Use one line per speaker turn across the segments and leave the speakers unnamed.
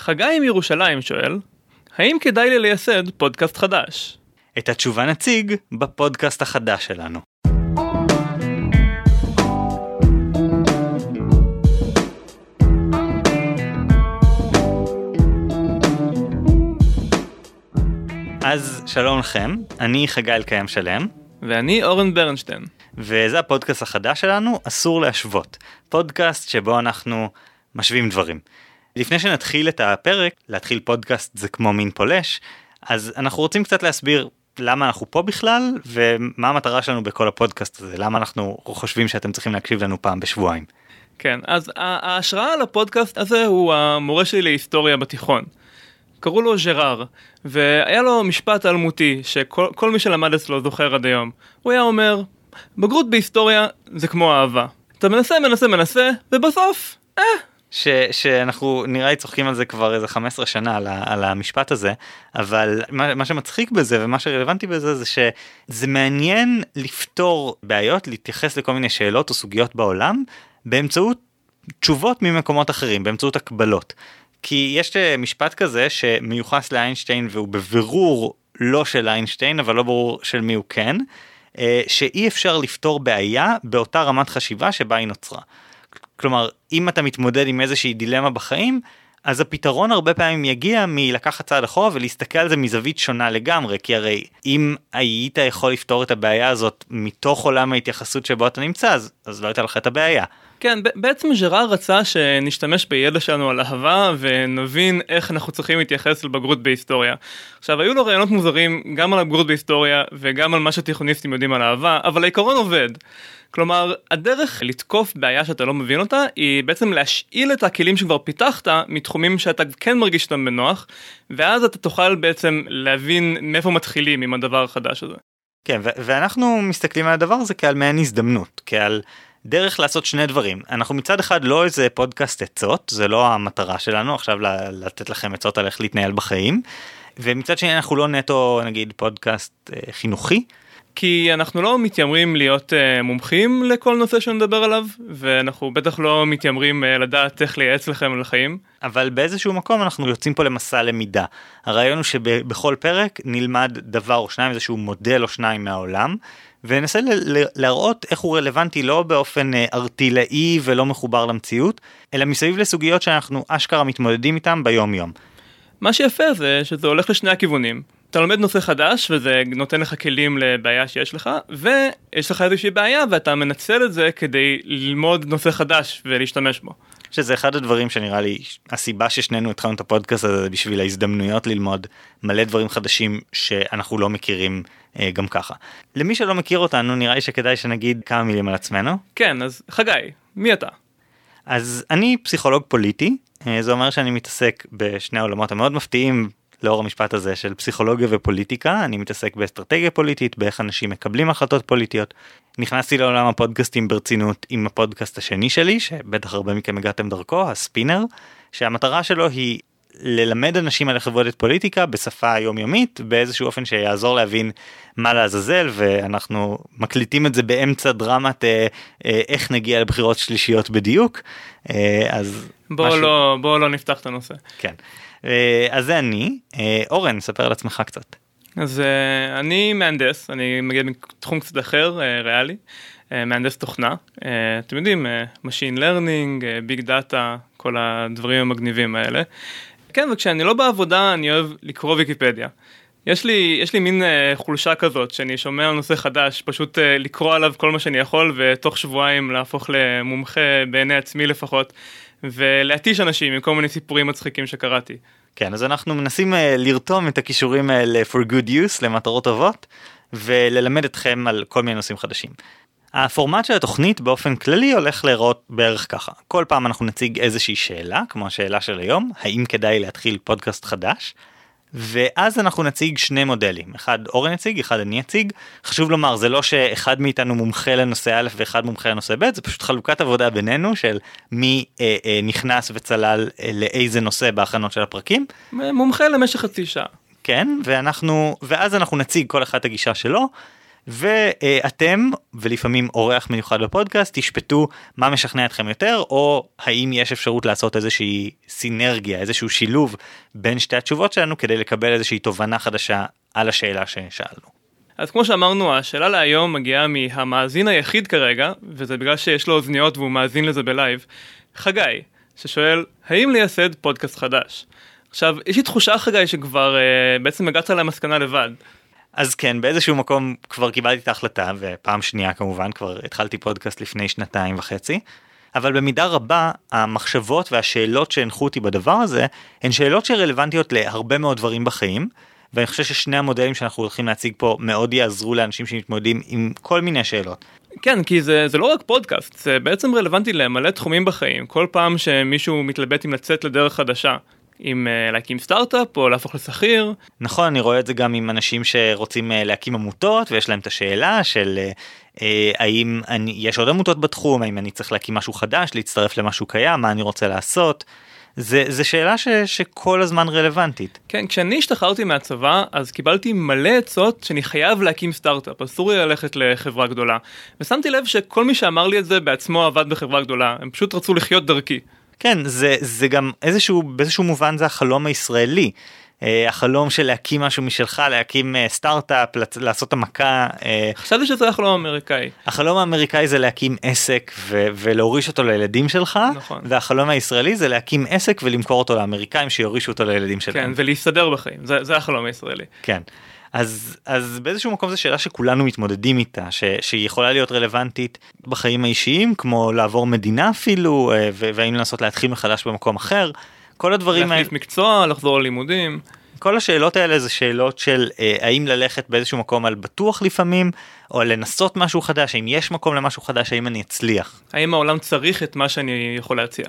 חגי מירושלים שואל, האם כדאי לי לייסד פודקאסט חדש?
את התשובה נציג בפודקאסט החדש שלנו. אז שלום לכם, אני חגי אלקיים שלם.
ואני אורן ברנשטיין.
וזה הפודקאסט החדש שלנו, אסור להשוות. פודקאסט שבו אנחנו משווים דברים. לפני שנתחיל את הפרק, להתחיל פודקאסט זה כמו מין פולש, אז אנחנו רוצים קצת להסביר למה אנחנו פה בכלל, ומה המטרה שלנו בכל הפודקאסט הזה, למה אנחנו חושבים שאתם צריכים להקשיב לנו פעם בשבועיים.
כן, אז ההשראה על הפודקאסט הזה הוא המורה שלי להיסטוריה בתיכון. קראו לו ז'ראר, והיה לו משפט אלמותי שכל מי שלמד אצלו זוכר עד היום. הוא היה אומר, בגרות בהיסטוריה זה כמו אהבה. אתה מנסה, ובסוף,
שאנחנו נראה לי צוחקים על זה כבר איזה 15 שנה על המשפט הזה, אבל מה שמצחיק בזה ומה שרלוונטי בזה זה שזה מעניין לפתור בעיות, להתייחס לכל מיני שאלות או סוגיות בעולם, באמצעות תשובות ממקומות אחרים, באמצעות הקבלות. כי יש משפט כזה שמיוחס לאיינשטיין והוא בבירור לא של איינשטיין, אבל לא ברור של מי הוא כן, שאי אפשר לפתור בעיה באותה רמת חשיבה שבה היא נוצרה. כלומר, אם אתה מתמודד עם איזושהי דילמה בחיים, אז הפתרון הרבה פעמים יגיע מלקחת צעד אחורה ולהסתכל על זה מזווית שונה לגמרי, כי הרי אם היית יכול לפתור את הבעיה הזאת מתוך עולם ההתייחסות שבו אתה נמצא, אז לא הייתה לך את הבעיה.
כן, בעצם ז'ראר רצה שנשתמש בידע שלנו על אהבה ונבין איך אנחנו צריכים להתייחס לבגרות בהיסטוריה. עכשיו, היו לו רעיונות מוזרים גם על הבגרות בהיסטוריה וגם על מה שתיכוניסטים יודעים על אהבה, אבל העיקרון עובד. כלומר, הדרך לתקוף בעיה שאתה לא מבין אותה, היא בעצם להשאיל את הכלים שכבר פיתחת מתחומים שאתה כן מרגיש אותם בנוח, ואז אתה תוכל בעצם להבין מאיפה מתחילים עם הדבר החדש הזה.
כן, ואנחנו מסתכלים על הדבר הזה כעל מעין הזדמנות, כעל דרך לעשות שני דברים. אנחנו מצד אחד לא איזה פודקאסט עצות, זה לא המטרה שלנו, עכשיו לתת לכם עצות על איך להתנהל בחיים, ומצד שני אנחנו לא נטו, נגיד, פודקאסט חינוכי,
כי אנחנו לא מתיימרים להיות מומחים לכל נושא שנדבר עליו, ואנחנו בטח לא מתיימרים לדעת איך לייעץ לכם על החיים.
אבל באיזשהו מקום אנחנו יוצאים פה למסע למידה. הרעיון הוא שבכל פרק נלמד דבר או שניים, איזשהו מודל או שניים מהעולם, וננסה להראות איך הוא רלוונטי לא באופן ארטילאי ולא מחובר למציאות, אלא מסביב לסוגיות שאנחנו אשכרה מתמודדים איתם ביום יום.
מה שיפה זה שזה הולך לשני הכיוונים. אתה לומד נושא חדש וזה נותן לך כלים לבעיה שיש לך, ויש לך איזושהי בעיה ואתה מנצל את זה כדי ללמוד נושא חדש ולהשתמש בו.
שזה אחד הדברים שנראה לי, הסיבה ששנינו התחלנו את הפודקאסט הזה בשביל ההזדמנויות ללמוד מלא דברים חדשים שאנחנו לא מכירים גם ככה. למי שלא מכיר אותנו, נראה לי שכדאי שנגיד כמה מילים על עצמנו.
כן, אז חגי, מי אתה?
אז אני פסיכולוג פוליטי, זה אומר שאני מתעסק בשני העולמות המאוד מפתיעים, לאור המשפט הזה של פסיכולוגיה ופוליטיקה. אני מתעסק באסטרטגיה פוליטית, באיך אנשים מקבלים החלטות פוליטיות. נכנסתי לעולם הפודקאסטים ברצינות עם הפודקאסט השני שלי, שבטח הרבה מכם הגעתם דרכו, הספינר, שהמטרה שלו היא ללמד אנשים על איך עובדת פוליטיקה בשפה היומיומית, באיזשהו אופן שיעזור להבין מה לעזאזל, ואנחנו מקליטים את זה באמצע דרמת איך נגיע לבחירות שלישיות בדיוק. אז
בוא לא נפתח את הנושא.
כן. אז זה אני. אורן, ספר על עצמך קצת.
אז אני מהנדס, אני מגיע מתחום קצת אחר, ריאלי, מהנדס תוכנה. אתם יודעים, Machine Learning, Big Data, כל הדברים המגניבים האלה. כן, וכשאני לא בעבודה, אני אוהב לקרוא ויקיפדיה. יש לי מין חולשה כזאת, שאני שומע על נושא חדש, פשוט לקרוא עליו כל מה שאני יכול, ותוך שבועיים להפוך למומחה בעיני עצמי לפחות, ולהתיש אנשים עם כל מיני סיפורים מצחיקים שקראתי.
כן, אז אנחנו מנסים לרתום את הכישורים האלה for good use, למטרות טובות, וללמד אתכם על כל מיני נושאים חדשים. הפורמט של התוכנית באופן כללי הולך להיראות בערך ככה. כל פעם אנחנו נציג איזושהי שאלה, כמו השאלה של היום, האם כדאי להתחיל פודקאסט חדש, ואז אנחנו נציג שני מודלים, אחד אורן יציג, אחד אני יציג. חשוב לומר, זה לא שאחד מאיתנו מומחה לנושא א' ואחד מומחה לנושא ב', זה פשוט חלוקת עבודה בינינו של מי נכנס וצלל לאיזה נושא בהכנות של הפרקים.
מומחה למשך חצי שעה.
כן, ואז אנחנו נציג כל אחד את הגישה שלו, ואתם, ולפעמים אורח מיוחד בפודקאסט, תשפטו מה משכנע אתכם יותר, או האם יש אפשרות לעשות איזושהי סינרגיה, איזשהו שילוב בין שתי התשובות שלנו, כדי לקבל איזושהי תובנה חדשה על השאלה ששאלנו.
אז כמו שאמרנו, השאלה להיום מגיעה מהמאזין היחיד כרגע, וזה בגלל שיש לו אוזניות והוא מאזין לזה בלייב, חגי, ששואל, האם לייסד פודקאסט חדש? עכשיו, יש לי תחושה, חגי, שכבר בעצם הגעת למסקנה לבד.
אז כן, באיזשהו מקום כבר קיבלתי את ההחלטה, ופעם שנייה כמובן, כבר התחלתי פודקאסט לפני 2.5 שנים, אבל במידה רבה, המחשבות והשאלות שהנחו אותי בדבר הזה, הן שאלות שרלוונטיות להרבה מאוד דברים בחיים, ואני חושב ששני המודלים שאנחנו הולכים להציג פה מאוד יעזרו לאנשים שמתמודדים עם כל מיני שאלות.
כן, כי זה לא רק פודקאסט, זה בעצם רלוונטי למלא תחומים בחיים. כל פעם שמישהו מתלבט עם לצאת לדרך חדשה, עם להקים סטארט-אפ או להפוך לשכיר.
נכון, אני רואה את זה גם עם אנשים שרוצים להקים עמותות, ויש להם את השאלה של האם יש עוד עמותות בתחום, האם אני צריך להקים משהו חדש, להצטרף למשהו קיים, מה אני רוצה לעשות. זה שאלה שכל הזמן רלוונטית.
כן, כשאני השתחררתי מהצבא, אז קיבלתי מלא עצות שאני חייב להקים סטארט-אפ, אסור לי ללכת לחברה גדולה. ושמתי לב שכל מי שאמר לי את זה בעצמו עבד בחברה גדולה, הם פשוט רצו לחיות דרכי.
כן, זה גם באיזשהו מובן זה החלום הישראלי. החלום של להקים משהו משלך, להקים סטארט-אפ, לעשות המכה.
חשבתי שזה החלום האמריקאי.
החלום האמריקאי זה להקים עסק ולהוריש אותו לילדים שלך,
נכון.
והחלום הישראלי זה להקים עסק ולמכור אותו לאמריקאים שיורישו אותו לילדים שלהם.
כן, ולהסתדר בחיים, זה החלום הישראלי.
כן, אז באיזשהו מקום זו שאלה שכולנו מתמודדים איתה, שהיא יכולה להיות רלוונטית בחיים האישיים, כמו לעבור מדינה אפילו, והאם לנסות להתחיל מחדש במקום אחר. כל הדברים
להחליף מקצוע, לחזור ללימודים.
כל השאלות האלה זה שאלות של האם ללכת באיזשהו מקום על בטוח לפעמים, או לנסות משהו חדש, האם יש מקום למשהו חדש, האם אני אצליח.
האם העולם צריך את מה שאני יכול להציע.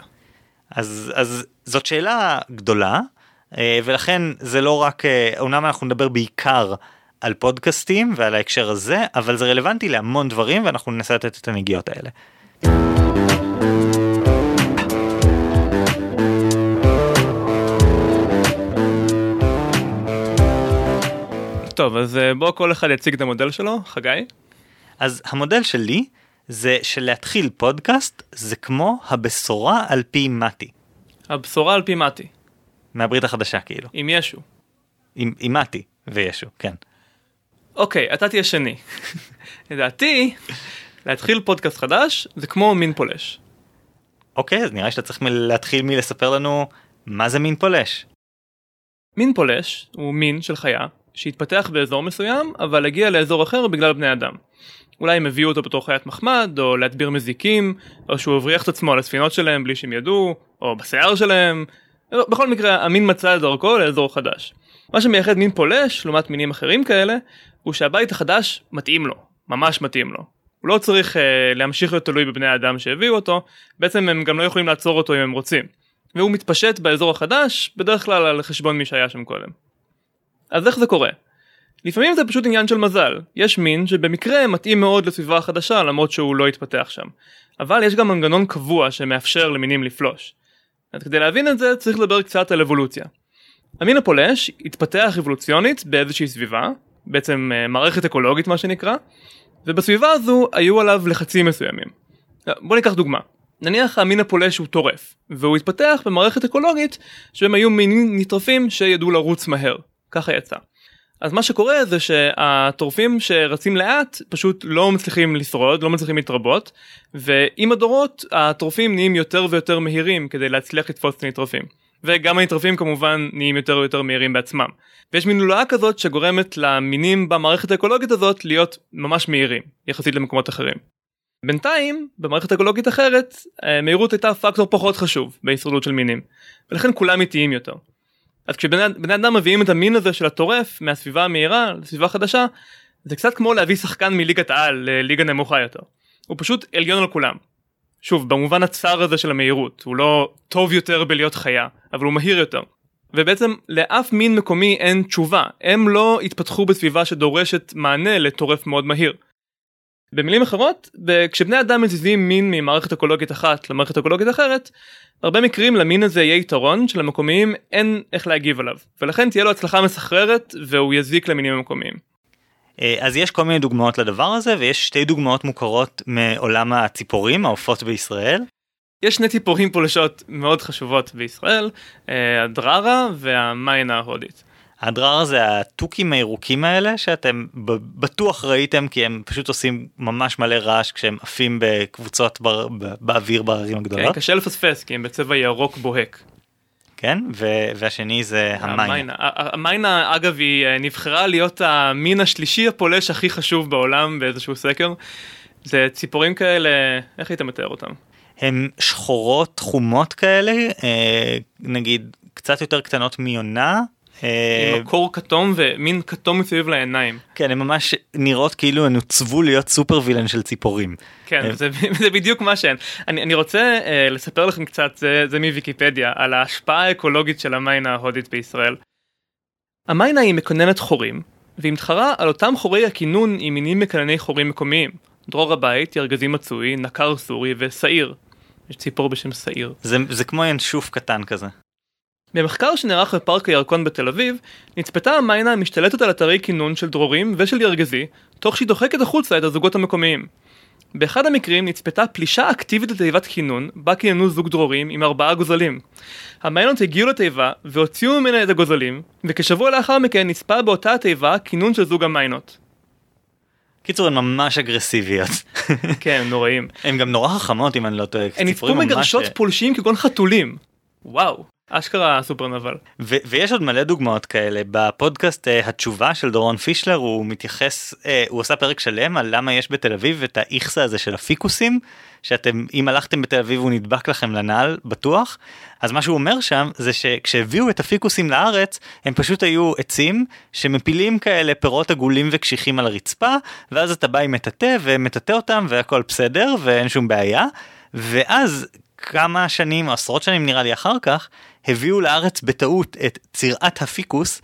אז זאת שאלה גדולה, ולכן זה לא רק, אומנם אנחנו נדבר בעיקר על פודקאסטים ועל ההקשר הזה, אבל זה רלוונטי להמון דברים, ואנחנו ננסה לתת את הנגיעות האלה.
טוב, אז בוא כל אחד יציג את המודל שלו, חגי.
אז המודל שלי זה שלהתחיל פודקאסט זה כמו הבשורה על פי מתי.
הבשורה על פי מתי.
מהברית החדשה כאילו.
עם ישו.
עם מתי וישו, כן.
אוקיי, אתה תהיה שני. לדעתי, להתחיל פודקאסט חדש זה כמו מין פולש.
אוקיי, אז נראה שאתה צריך להתחיל מלספר לנו מה זה מין פולש.
מין פולש הוא מין של חיה שהתפתח באזור מסוים, אבל הגיע לאזור אחר בגלל בני אדם. אולי הם הביאו אותו בתור חיית מחמד, או להדביר מזיקים, או שהוא הבריח את עצמו על הספינות שלהם בלי שהם ידעו, או בשיער שלהם. בכל מקרה, המין מצא את דרכו לאזור חדש. מה שמייחד מין פולש, לעומת מינים אחרים כאלה, הוא שהבית החדש מתאים לו, ממש מתאים לו. הוא לא צריך להמשיך להיות תלוי בבני האדם שהביאו אותו, בעצם הם גם לא יכולים לעצור אותו אם הם רוצים. והוא מתפשט באזור החדש, בדרך כלל על חשבון מי שהיה שם קודם. אז איך זה קורה? לפעמים זה פשוט עניין של מזל. יש מין שבמקרה מתאים מאוד לסביבה החדשה, למרות שהוא לא יתפתח שם. אבל יש גם מנגנון קבוע שמאפשר למינים לפלוש. אז כדי להבין את זה צריך לדבר קצת על אבולוציה. המין הפולש התפתח אבולוציונית באיזושהי סביבה, בעצם מערכת אקולוגית מה שנקרא, ובסביבה הזו היו עליו לחצים מסוימים. בוא ניקח דוגמה. נניח המין הפולש הוא טורף, והוא התפתח במערכת אקולוגית שבהם היו מינים נטרפים שידעו לרוץ מהר. ככה יצא. אז מה שקורה זה שהטורפים שרצים לאט פשוט לא מצליחים לשרוד, לא מצליחים להתרבות, ועם הדורות הטורפים נהיים יותר ויותר מהירים כדי להצליח לתפוס את הנטרפים. וגם הנטרפים כמובן נהיים יותר ויותר מהירים בעצמם. ויש מין לולאה כזאת שגורמת למינים במערכת האקולוגית הזאת להיות ממש מהירים, יחסית למקומות אחרים. בינתיים, במערכת אקולוגית אחרת, מהירות הייתה פקטור פחות חשוב בהישרדות של מינים, ולכן כולם איטיים יותר. אז כשבני אדם מביאים את המין הזה של הטורף מהסביבה המהירה לסביבה חדשה, זה קצת כמו להביא שחקן מליגת העל לליגה נמוכה יותר. הוא פשוט עליון על כולם. שוב, במובן הצר הזה של המהירות, הוא לא טוב יותר בלהיות חיה, אבל הוא מהיר יותר. ובעצם לאף מין מקומי אין תשובה, הם לא התפתחו בסביבה שדורשת מענה לטורף מאוד מהיר. במילים אחרות, כשבני אדם מזיזים מין ממערכת אקולוגית אחת למערכת אקולוגית אחרת, הרבה מקרים למין הזה יהיה יתרון שלמקומיים אין איך להגיב עליו, ולכן תהיה לו הצלחה מסחררת והוא יזיק למינים המקומיים.
אז יש כל מיני דוגמאות לדבר הזה, ויש שתי דוגמאות מוכרות מעולם הציפורים, העופות בישראל.
יש שני ציפורים פולשות מאוד חשובות בישראל, הדררה והמיינה ההודית.
הדררה זה הטוקים הירוקים האלה, שאתם בטוח ראיתם, כי הם פשוט עושים ממש מלא רעש, כשהם עפים בקבוצות באוויר בערים הגדולות.
כן, קשה לפספס, כי הם בצבע ירוק בוהק.
כן, והשני זה המיינה.
המיינה, אגב, היא נבחרה להיות המין השלישי הפולש הכי חשוב בעולם באיזשהו סקר. זה ציפורים כאלה, איך היית מתאר אותם?
הן שחורות חומות כאלה, נגיד קצת יותר קטנות מיונה.
עם מקור כתום ומין כתום מסביב לעיניים.
כן, הן ממש נראות כאילו הן הוצבו להיות סופר וילן של ציפורים.
כן, זה בדיוק מה שהן. אני רוצה לספר לכם קצת, זה מוויקיפדיה, על ההשפעה האקולוגית של המיינה ההודית בישראל. המיינה היא מקוננת חורים, והיא מתחרה על אותם חורי הכינון עם מינים מקנני חורים מקומיים. דרור הבית, ירגזי מצוי, נקר סורי וסעיר. יש ציפור בשם סעיר.
זה כמו ינשוף קטן כזה.
במחקר שנערך בפארק הירקון בתל אביב, נצפתה המיינה משתלטת על אתרי כינון של דרורים ושל ירגזי, תוך שהיא דוחקת החוצה את הזוגות המקומיים. באחד המקרים נצפתה פלישה אקטיבית לתיבת כינון, בה כיננו זוג דרורים עם 4 גוזלים. המיינות הגיעו לתיבה והוציאו ממנה את הגוזלים, וכשבוע לאחר מכן נצפה באותה התיבה כינון של זוג המיינות.
קיצור, הן ממש אגרסיביות.
כן, נוראים.
הן גם נורא חכמות אם אני לא טועה.
הן נצפו מגרשות פולשים כגון חתולים. וואו. אשכרה סופר נבל.
ויש עוד מלא דוגמאות כאלה. בפודקאסט התשובה של דורון פישלר, הוא מתייחס, הוא עושה פרק שלם על למה יש בתל אביב את האיכסה הזה של הפיקוסים, שאתם, אם הלכתם בתל אביב הוא נדבק לכם לנעל, בטוח. אז מה שהוא אומר שם, זה שכשהביאו את הפיקוסים לארץ, הם פשוט היו עצים שמפילים כאלה פירות עגולים וקשיחים על הרצפה, ואז אתה בא עם מטאטא ומטאטא אותם והכל בסדר ואין שום בעיה. ואז כמה שנים או עשרות שנים נראה לי אחר כך, הביאו לארץ בטעות את צירת הפיקוס,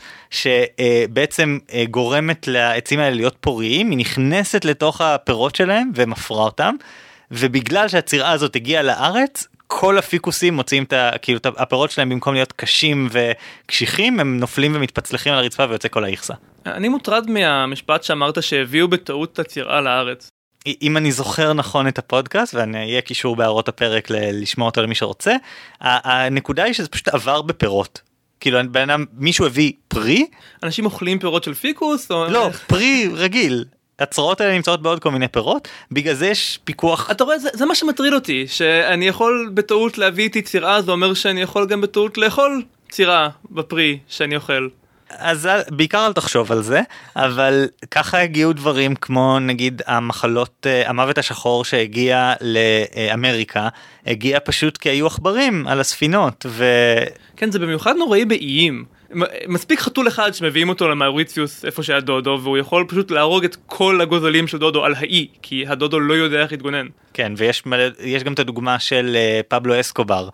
שבעצם גורמת לעצים האלה להיות פוריים, היא נכנסת לתוך הפירות שלהם ומפרה אותם, ובגלל שהצירה הזאת הגיעה לארץ, כל הפיקוסים מוצאים כאילו, הפירות שלהם במקום להיות קשים וקשיחים, הם נופלים ומתפצלחים על הרצפה ויוצא כל האיכסה.
אני מוטרד מהמשפט שאמרת שהביאו בטעות את הצירה לארץ.
אם אני זוכר נכון את הפודקאסט, ואני אהיה קישור בהערות הפרק לשמוע אותו למי שרוצה, הנקודה היא שזה פשוט עבר בפירות. כאילו, מישהו הביא פרי?
אנשים אוכלים פירות של פיקוס?
לא, פרי רגיל. הצרות האלה נמצאות בעוד כל מיני פירות, בגלל זה יש פיקוח.
אתה רואה, זה מה שמטריד אותי, שאני יכול בטעות להביא איתי צירה, זה אומר שאני יכול גם בטעות לאכול צירה בפרי שאני אוכל.
אז בעיקר אל תחשוב על זה, אבל ככה הגיעו דברים כמו נגיד המחלות, המוות השחור שהגיע לאמריקה, הגיע פשוט כי היו עכברים על הספינות.
כן, זה במיוחד נוראי באיים. מספיק חתול אחד שמביאים אותו למאוריציוס איפה שהיה דודו, והוא יכול פשוט להרוג את כל הגוזלים של דודו על האי, כי הדודו לא יודע איך להתגונן.
כן, ויש גם את הדוגמה של פבלו אסקובר,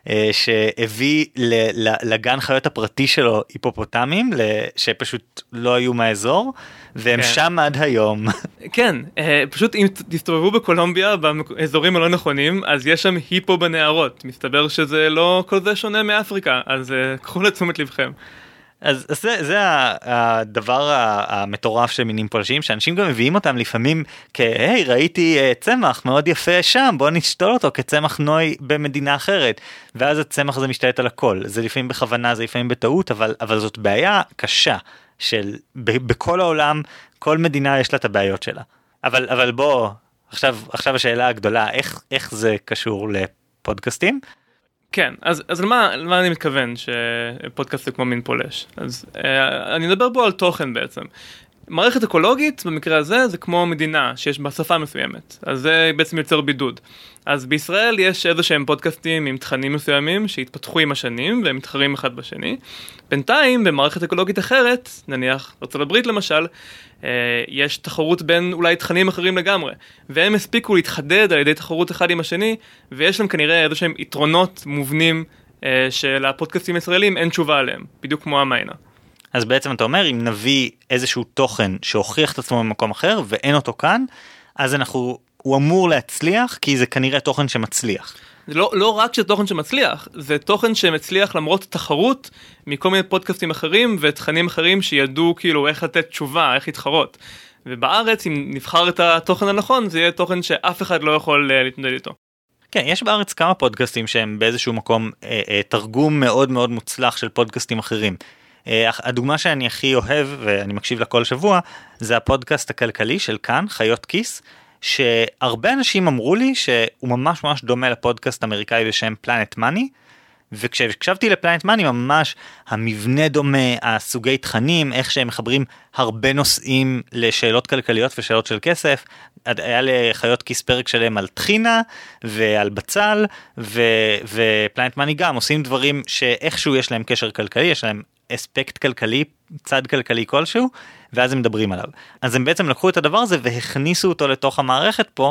שהביא לגן חיות הפרטי שלו היפופוטמים, שפשוט לא היו מהאזור, והם שם עד היום. כן,
פשוט אם תסתובבו בקולומביה, באזורים הלא נכונים, אז יש שם היפו בנהרות. מסתבר שזה לא כל זה שונה מאפריקה, אז קחו לתשומת לבכם.
אז זה הדבר המטורף של מינים פולשים, שאנשים גם מביאים אותם לפעמים כהי, ראיתי צמח מאוד יפה שם, בוא נשתול אותו כצמח נוי במדינה אחרת, ואז הצמח הזה משתלט על הכל. זה לפעמים בכוונה, זה לפעמים בטעות, אבל זאת בעיה קשה, של בכל העולם, כל מדינה יש לה את הבעיות שלה. אבל בוא, עכשיו השאלה הגדולה, איך זה קשור לפודקאסטים?
כן, אז למה אני מתכוון שפודקאסט זה כמו מין פולש? אז אני מדבר בו על תוכן בעצם. מערכת אקולוגית, במקרה הזה, זה כמו מדינה שיש בה שפה מסוימת. אז זה בעצם יוצר בידוד. אז בישראל יש איזה שהם פודקאסטים עם תכנים מסוימים שהתפתחו עם השנים והם מתחרים אחד בשני. בינתיים, במערכת אקולוגית אחרת, נניח ארצות הברית למשל, יש תחרות בין אולי תכנים אחרים לגמרי. והם הספיקו להתחדד על ידי תחרות אחד עם השני, ויש להם כנראה איזה שהם יתרונות מובנים של הפודקאסטים הישראלים, אין תשובה עליהם, בדיוק כמו המיינה.
אז בעצם אתה אומר, אם נביא איזשהו תוכן שהוכיח את עצמו במקום אחר, ואין אותו כאן, אז הוא אמור להצליח, כי זה כנראה תוכן שמצליח.
זה לא רק שזה תוכן שמצליח, זה תוכן שמצליח למרות תחרות מכל מיני פודקאסטים אחרים, ותכנים אחרים שידעו כאילו איך לתת תשובה, איך להתחרות. ובארץ, אם נבחר את התוכן הנכון, זה יהיה תוכן שאף אחד לא יכול להתמודד איתו.
כן, יש בארץ כמה פודקאסטים שהם באיזשהו מקום תרגום מאוד מאוד מוצלח של פודקאסטים אחרים. הדוגמה שאני הכי אוהב, ואני מקשיב לה כל שבוע, זה הפודקאסט הכלכלי של כאן, חיות כיס, שהרבה אנשים אמרו לי שהוא ממש ממש דומה לפודקאסט אמריקאי בשם Planet Money, וכשהקשבתי לפלנט מאני ממש המבנה דומה, הסוגי תכנים, איך שהם מחברים הרבה נושאים לשאלות כלכליות ושאלות של כסף. היה לחיות כיס פרק שלהם על תחינה ועל בצל, ופלנט מאני גם עושים דברים שאיכשהו יש להם קשר כלכלי, יש להם אספקט כלכלי, צד כלכלי כלשהו, ואז הם מדברים עליו. אז הם בעצם לקחו את הדבר הזה והכניסו אותו לתוך המערכת פה,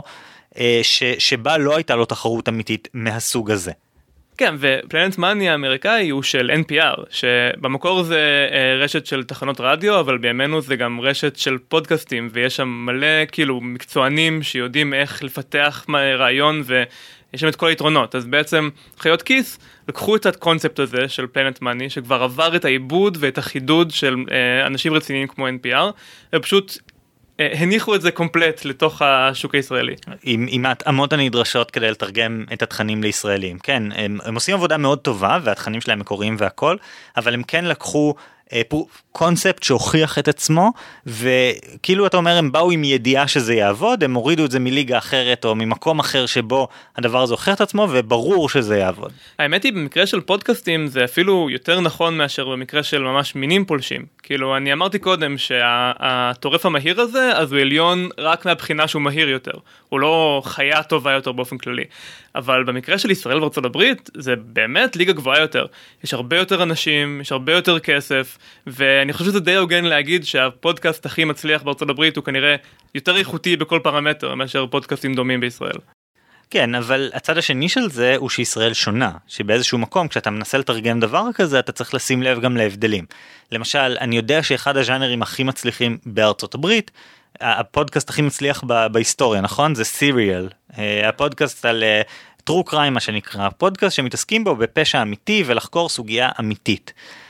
שבה לא הייתה לו תחרות אמיתית מהסוג הזה.
כן, ופלנט מאני האמריקאי הוא של NPR, שבמקור זה רשת של תחנות רדיו, אבל בימינו זה גם רשת של פודקאסטים, ויש שם מלא כאילו מקצוענים שיודעים איך לפתח רעיון, ויש שם את כל היתרונות. אז בעצם חיות כיס לקחו את הקונספט הזה של פלנט מאני, שכבר עבר את העיבוד ואת החידוד של אנשים רציניים כמו NPR, ופשוט הניחו את זה קומפלט לתוך השוק הישראלי.
עם ההתאמות הנדרשות כדי לתרגם את התכנים לישראלים. כן, הם עושים עבודה מאוד טובה, והתכנים שלהם מקוריים והכל, אבל הם כן לקחו קונספט שהוכיח את עצמו, וכאילו אתה אומר, הם באו עם ידיעה שזה יעבוד, הם הורידו את זה מליגה אחרת, או ממקום אחר שבו הדבר הזה הוכיח את עצמו, וברור שזה יעבוד.
האמת היא, במקרה של פודקאסטים, זה אפילו יותר נכון מאשר במקרה של ממש מינים פולשים. כאילו, אני אמרתי קודם שהטורף המהיר הזה, אז הוא עליון רק מהבחינה שהוא מהיר יותר. הוא לא חיה טובה יותר באופן כללי. אבל במקרה של ישראל וארצות הברית, זה באמת ליגה גבוהה יותר. יש הרבה יותר אנשים, יש הרבה יותר כסף, ואני חושב שזה די הוגן להגיד שהפודקאסט הכי מצליח בארצות הברית הוא כנראה יותר איכותי בכל פרמטר מאשר פודקאסטים דומים בישראל.
כן, אבל הצד השני של זה הוא שישראל שונה, שבאיזשהו מקום כשאתה מנסה לתרגם דבר כזה, אתה צריך לשים לב גם להבדלים. למשל, אני יודע שאחד הז'אנרים הכי מצליחים בארצות הברית, הפודקאסט הכי מצליח בהיסטוריה, נכון? זה Serial, הפודקאסט על True Crime, מה שנקרא, פודקאסט שמתעסקים בו בפשע אמיתי ולחקור סוגיה אמיתית.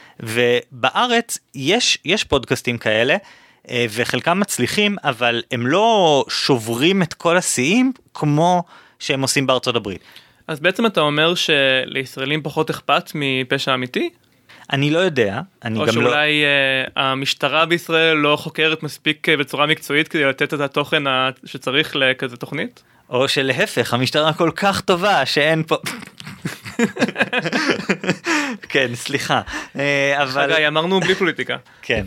ובארץ יש פודקאסטים כאלה, וחלקם מצליחים, אבל הם לא שוברים את כל השיאים כמו שהם עושים בארצות הברית.
אז בעצם אתה אומר שלישראלים פחות אכפת מפשע אמיתי?
אני לא יודע.
או שאולי המשטרה בישראל לא חוקרת מספיק בצורה מקצועית כדי לתת את התוכן שצריך לכזה תוכנית?
או שלהפך, המשטרה כל כך טובה שאין פה... כן, סליחה.
חגי, אמרנו בלי פוליטיקה.
כן.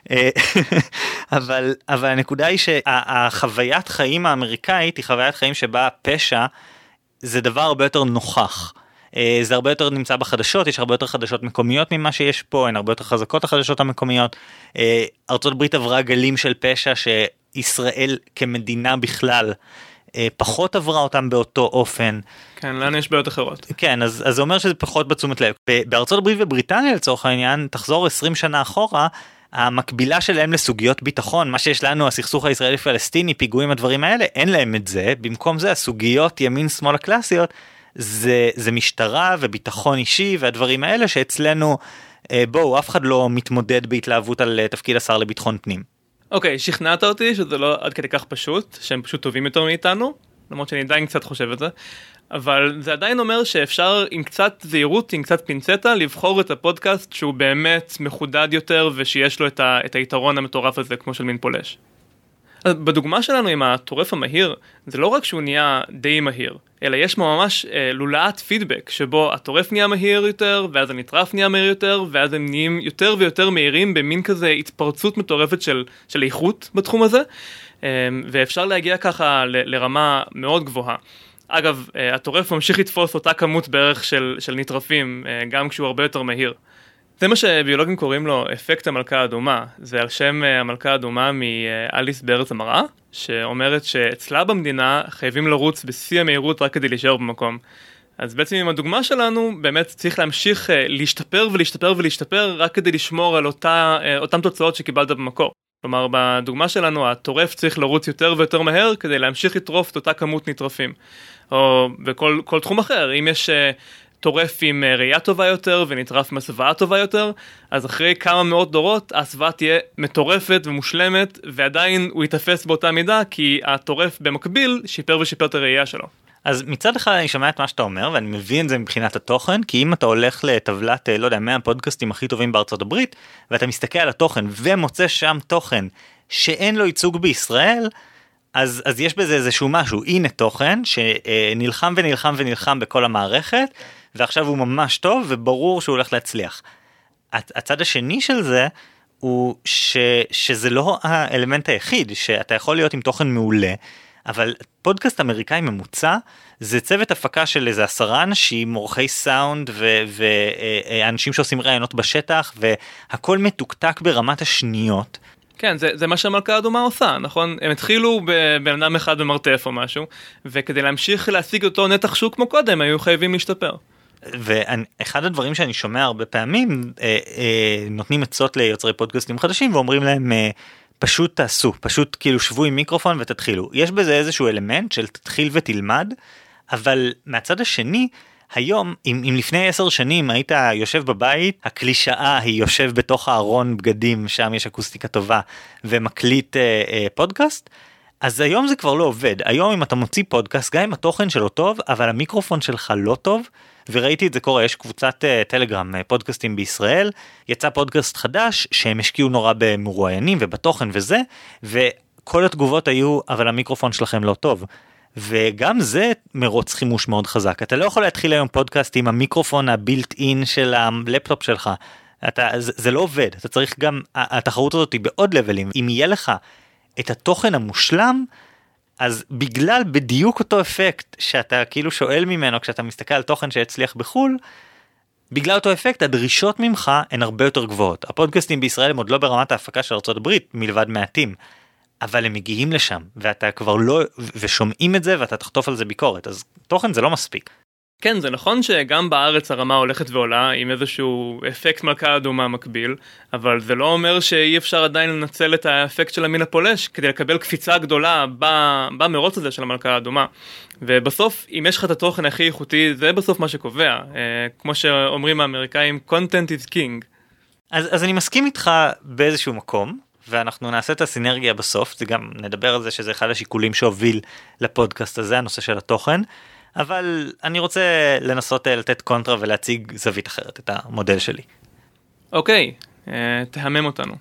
אבל הנקודה היא שהחוויית חיים האמריקאית היא חוויית חיים שבה פשע זה דבר הרבה יותר נוכח. זה הרבה יותר נמצא בחדשות, יש הרבה יותר חדשות מקומיות ממה שיש פה, הן הרבה יותר חזקות החדשות המקומיות. ארצות הברית עברה גלים של פשע שישראל כמדינה בכלל פחות עברה אותם באותו אופן.
כן, לנו יש בעיות אחרות.
כן, אז זה אומר שזה פחות בתשומת לב. בארצות הברית ובריטניה לצורך העניין, תחזור 20 שנה אחורה, המקבילה שלהם לסוגיות ביטחון, מה שיש לנו, הסכסוך הישראלי-פלסטיני, פיגועים, הדברים האלה, אין להם את זה. במקום זה, הסוגיות ימין-שמאל הקלאסיות, זה משטרה וביטחון אישי והדברים האלה שאצלנו, בואו, אף אחד לא מתמודד בהתלהבות על תפקיד השר לביטחון פנים.
אוקיי, שכנעת אותי שזה לא עד כדי כך פשוט, שהם פשוט טובים יותר מאיתנו, למרות שאני עדיין קצת חושב את זה, אבל זה עדיין אומר שאפשר עם קצת זהירות, עם קצת פינצטה, לבחור את הפודקאסט שהוא באמת מחודד יותר, ושיש לו את היתרון המטורף הזה כמו של מין פולש. אז בדוגמה שלנו עם הטורף המהיר, זה לא רק שהוא נהיה די מהיר, אלא יש ממש לולאת פידבק, שבו הטורף נהיה מהיר יותר, ואז הנטרף נהיה מהיר יותר, ואז הם נהיים יותר ויותר מהירים במין כזה התפרצות מטורפת של איכות בתחום הזה, ואפשר להגיע ככה לרמה מאוד גבוהה. אגב, הטורף ממשיך לתפוס אותה כמות בערך של נטרפים, גם כשהוא הרבה יותר מהיר. זה מה שביולוגים קוראים לו אפקט המלכה האדומה. זה על שם המלכה האדומה מאליס בארץ המראה, שאומרת שאצלה במדינה חייבים לרוץ בשיא המהירות רק כדי להישאר במקום. אז בעצם עם הדוגמה שלנו, באמת צריך להמשיך להשתפר ולהשתפר ולהשתפר, רק כדי לשמור על אותם תוצאות שקיבלת במקור. כלומר, בדוגמה שלנו, הטורף צריך לרוץ יותר ויותר מהר, כדי להמשיך לטרוף את אותה כמות נטרפים. או בכל תחום אחר, אם יש טורף עם ראייה טובה יותר ונטרף מהסוואה טובה יותר, אז אחרי כמה מאות דורות הסוואה תהיה מטורפת ומושלמת, ועדיין הוא יתפס באותה מידה, כי הטורף במקביל שיפר ושיפר את הראייה שלו.
אז מצד אחד אני שומע את מה שאתה אומר, ואני מבין את זה מבחינת התוכן, כי אם אתה הולך לטבלת, לא יודע, 100 הפודקאסטים הכי טובים בארצות הברית, ואתה מסתכל על התוכן ומוצא שם תוכן שאין לו ייצוג בישראל, אז יש בזה איזשהו משהו, הנה תוכן שנלחם ונלחם ונלחם בכל המערכת, ועכשיו הוא ממש טוב וברור שהוא הולך להצליח. הצד השני של זה הוא שזה לא האלמנט היחיד, שאתה יכול להיות עם תוכן מעולה, אבל פודקאסט אמריקאי ממוצע זה צוות הפקה של איזה 10 אנשים, עורכי סאונד ואנשים שעושים רעיונות בשטח, והכל מתוקתק ברמת השניות.
כן, זה מה שהמלכה האדומה עושה, נכון? הם התחילו בבן אדם אחד במרתף או משהו, וכדי להמשיך להשיג אותו נתח שוק כמו קודם, היו חייבים להשתפר.
ואחד הדברים שאני שומע הרבה פעמים, נותנים עצות ליוצרי פודקאסטים חדשים, ואומרים להם, פשוט תעשו, פשוט כאילו שבו עם מיקרופון ותתחילו. יש בזה איזשהו אלמנט של תתחיל ותלמד, אבל מהצד השני, היום, אם לפני 10 שנים היית יושב בבית, הקלישאה היא יושב בתוך הארון בגדים, שם יש אקוסטיקה טובה, ומקליט פודקאסט, אז היום זה כבר לא עובד. היום אם אתה מוציא פודקאסט, גם אם התוכן שלו טוב, אבל המיקרופון שלך לא טוב, וראיתי את זה קורה, יש קבוצת טלגרם, פודקאסטים בישראל, יצא פודקאסט חדש, שהם השקיעו נורא במרואיינים ובתוכן וזה, וכל התגובות היו, אבל המיקרופון שלכם לא טוב. וגם זה מרוץ חימוש מאוד חזק. אתה לא יכול להתחיל היום פודקאסט עם המיקרופון הבילט אין של הלפטופ שלך. זה לא עובד. אתה צריך גם, התחרות הזאת היא בעוד לבלים. אם יהיה לך את התוכן המושלם, אז בגלל בדיוק אותו אפקט שאתה כאילו שואל ממנו כשאתה מסתכל על תוכן שהצליח בחול, בגלל אותו אפקט הדרישות ממך הן הרבה יותר גבוהות. הפודקאסטים בישראל הם עוד לא ברמת ההפקה של ארצות הברית, מלבד מעטים. אבל הם מגיעים לשם, ואתה כבר לא, ושומעים את זה, ואתה תחטוף על זה ביקורת, אז תוכן זה לא מספיק.
כן, זה נכון שגם בארץ הרמה הולכת ועולה, עם איזשהו אפקט מלכה אדומה מקביל, אבל זה לא אומר שאי אפשר עדיין לנצל את האפקט של המין הפולש, כדי לקבל קפיצה גדולה במרוץ הזה של המלכה האדומה. ובסוף, אם יש לך את התוכן הכי איכותי, זה בסוף מה שקובע. כמו שאומרים האמריקאים, content is king.
אז אני מסכים איתך באיזשהו מקום, ואנחנו נעשה את הסינרגיה בסוף, זה גם נדבר על זה שזה אחד השיקולים שהוביל לפודקאסט הזה, הנושא של התוכן, אבל אני רוצה לנסות לתת קונטרה ולהציג זווית אחרת, את המודל שלי.
אוקיי, תהמם אותנו.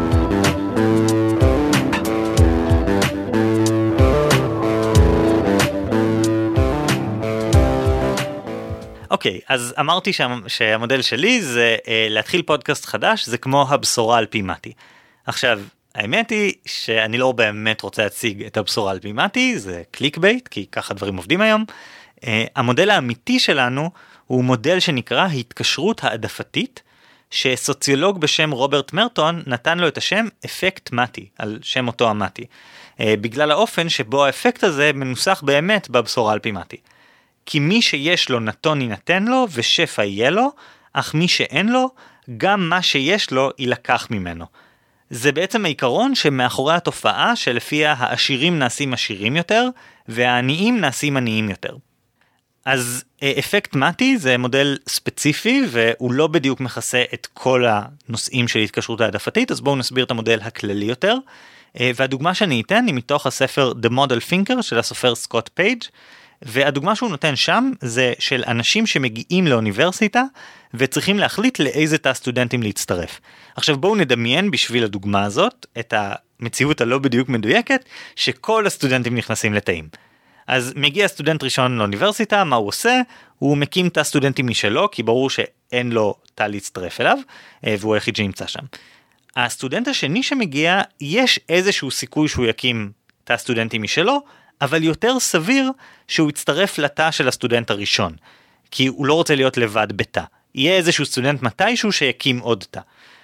אוקיי, אז אמרתי שהמודל שלי זה להתחיל פודקאסט חדש, זה כמו הבשורה על פי מתי. עכשיו, האמת היא שאני לא באמת רוצה להציג את הבשורה על פי מתי, זה קליק בייט, כי ככה דברים עובדים היום. המודל האמיתי שלנו הוא מודל שנקרא התקשרות העדפתית, שסוציולוג בשם רוברט מרטון נתן לו את השם אפקט מתי, על שם אותו המתי, בגלל האופן שבו האפקט הזה מנוסח באמת בבשורה על פי מתי. כי מי שיש לו נתון ינתן לו ושפע יהיה לו, אך מי שאין לו, גם מה שיש לו יילקח ממנו. זה בעצם העיקרון שמאחורי התופעה שלפיה העשירים נעשים עשירים יותר, והעניים נעשים עניים יותר. אז אפקט מתי זה מודל ספציפי, והוא לא בדיוק מכסה את כל הנושאים של התקשרות העדפתית, אז בואו נסביר את המודל הכללי יותר. והדוגמה שאני אתן היא מתוך הספר The Model Thinker של הסופר סקוט פייג', והדוגמה שהוא נותן שם זה של אנשים שמגיעים לאוניברסיטה וצריכים להחליט לאיזה תא סטודנטים להצטרף. עכשיו בואו נדמיין בשביל הדוגמה הזאת את המציאות הלא בדיוק מדויקת שכל הסטודנטים נכנסים לתאים. אז מגיע סטודנט ראשון לאוניברסיטה, מה הוא עושה? הוא מקים תא סטודנטים משלו, כי ברור שאין לו תא להצטרף אליו, והוא היחיד שנמצא שם. הסטודנט השני שמגיע, יש איזשהו סיכוי שהוא יקים תא סטודנטים משלו, אבל יותר סביר שהוא יצטרף לתא של הסטודנט הראשון, כי הוא לא רוצה להיות לבד בתא. יהיה איזשהו סטודנט מתישהו שיקים עוד תא.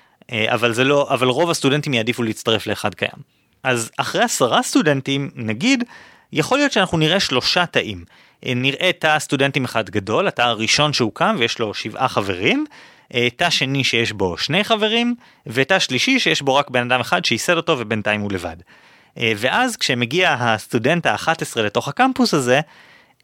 אבל רוב הסטודנטים יעדיפו להצטרף לאחד קיים. אז אחרי 10 סטודנטים, נגיד, יכול להיות שאנחנו נראה 3 תאים. נראה תא סטודנטים אחד גדול, התא הראשון שהוקם ויש לו 7 חברים, תא שני שיש בו 2 חברים, ותא שלישי שיש בו רק בן אדם אחד שייסד אותו ובינתיים הוא לבד. ואז כשמגיע הסטודנט ה-11 לתוך הקמפוס הזה,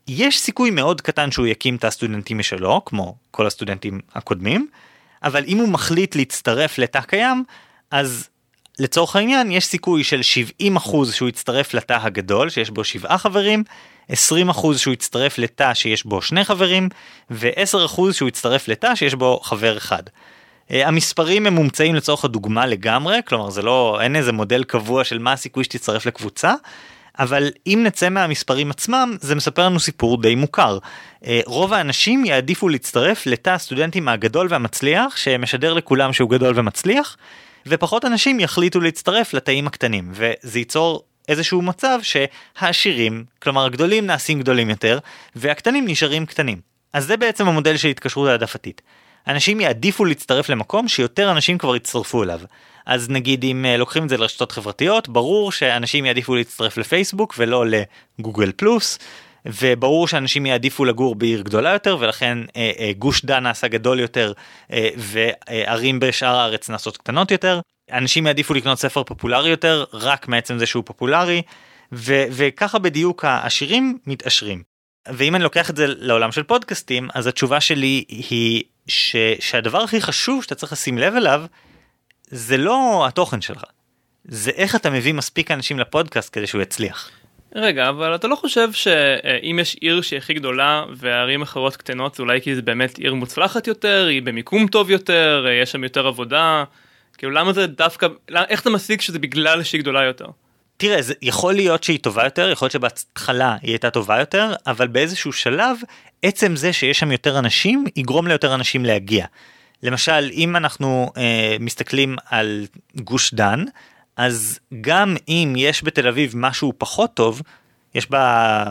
יש סיכוי מאוד קטן שהוא יקים את הסטודנטים משלו, כמו כל הסטודנטים הקודמים, אבל אם הוא מחליט להצטרף לתא קיים, אז לצורך העניין יש סיכוי של 70% שהוא יצטרף לתא הגדול, שיש בו 7 חברים, 20% שהוא יצטרף לתא שיש בו 2 חברים, ו10% שהוא יצטרף לתא שיש בו חבר אחד. המספרים הם מומצאים לצורך הדוגמה לגמרי, כלומר זה לא, אין איזה מודל קבוע של מה הסיכוי שתצטרף לקבוצה, אבל אם נצא מהמספרים עצמם, זה מספר לנו סיפור די מוכר. רוב האנשים יעדיפו להצטרף לתא הסטודנטים הגדול והמצליח, שמשדר לכולם שהוא גדול ומצליח, ופחות אנשים יחליטו להצטרף לתאים הקטנים, וזה ייצור איזשהו מצב שהעשירים, כלומר הגדולים נעשים גדולים יותר, והקטנים נשארים קטנים. אז זה בעצם המודל של התקשרות העדפתית. אנשים יעדיפו להצטרף למקום שיותר אנשים כבר יצטרפו אליו. אז נגיד אם לוקחים את זה לרשתות חברתיות, ברור שאנשים יעדיפו להצטרף לפייסבוק ולא לגוגל פלוס, וברור שאנשים יעדיפו לגור בעיר גדולה יותר, ולכן גוש דן נעשה גדול יותר, וערים בשאר הארץ נעשות קטנות יותר. אנשים יעדיפו לקנות ספר פופולרי יותר, רק מעצם זה שהוא פופולרי, וככה בדיוק העשירים מתעשרים. ואם אני לוקח את זה לעולם של פודקאסטים, אז התשובה שלי היא שהדבר הכי חשוב שאתה צריך לשים לב אליו, זה לא התוכן שלך. זה איך אתה מביא מספיק אנשים לפודקאסט כדי שהוא יצליח.
רגע, אבל אתה לא חושב שאם יש עיר שהיא הכי גדולה וערים אחרות קטנות, זה אולי כי זה באמת עיר מוצלחת יותר, היא במיקום טוב יותר, יש שם יותר עבודה, כאילו למה זה דווקא, איך אתה משיג שזה בגלל שהיא גדולה יותר?
תראה, זה יכול להיות שהיא טובה יותר, יכול להיות שבהתחלה היא הייתה טובה יותר, אבל באיזשהו שלב, עצם זה שיש שם יותר אנשים, יגרום ליותר אנשים להגיע. למשל, אם אנחנו מסתכלים על גוש דן, אז גם אם יש בתל אביב משהו פחות טוב, יש בה...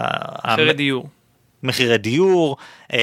מחירי דיור,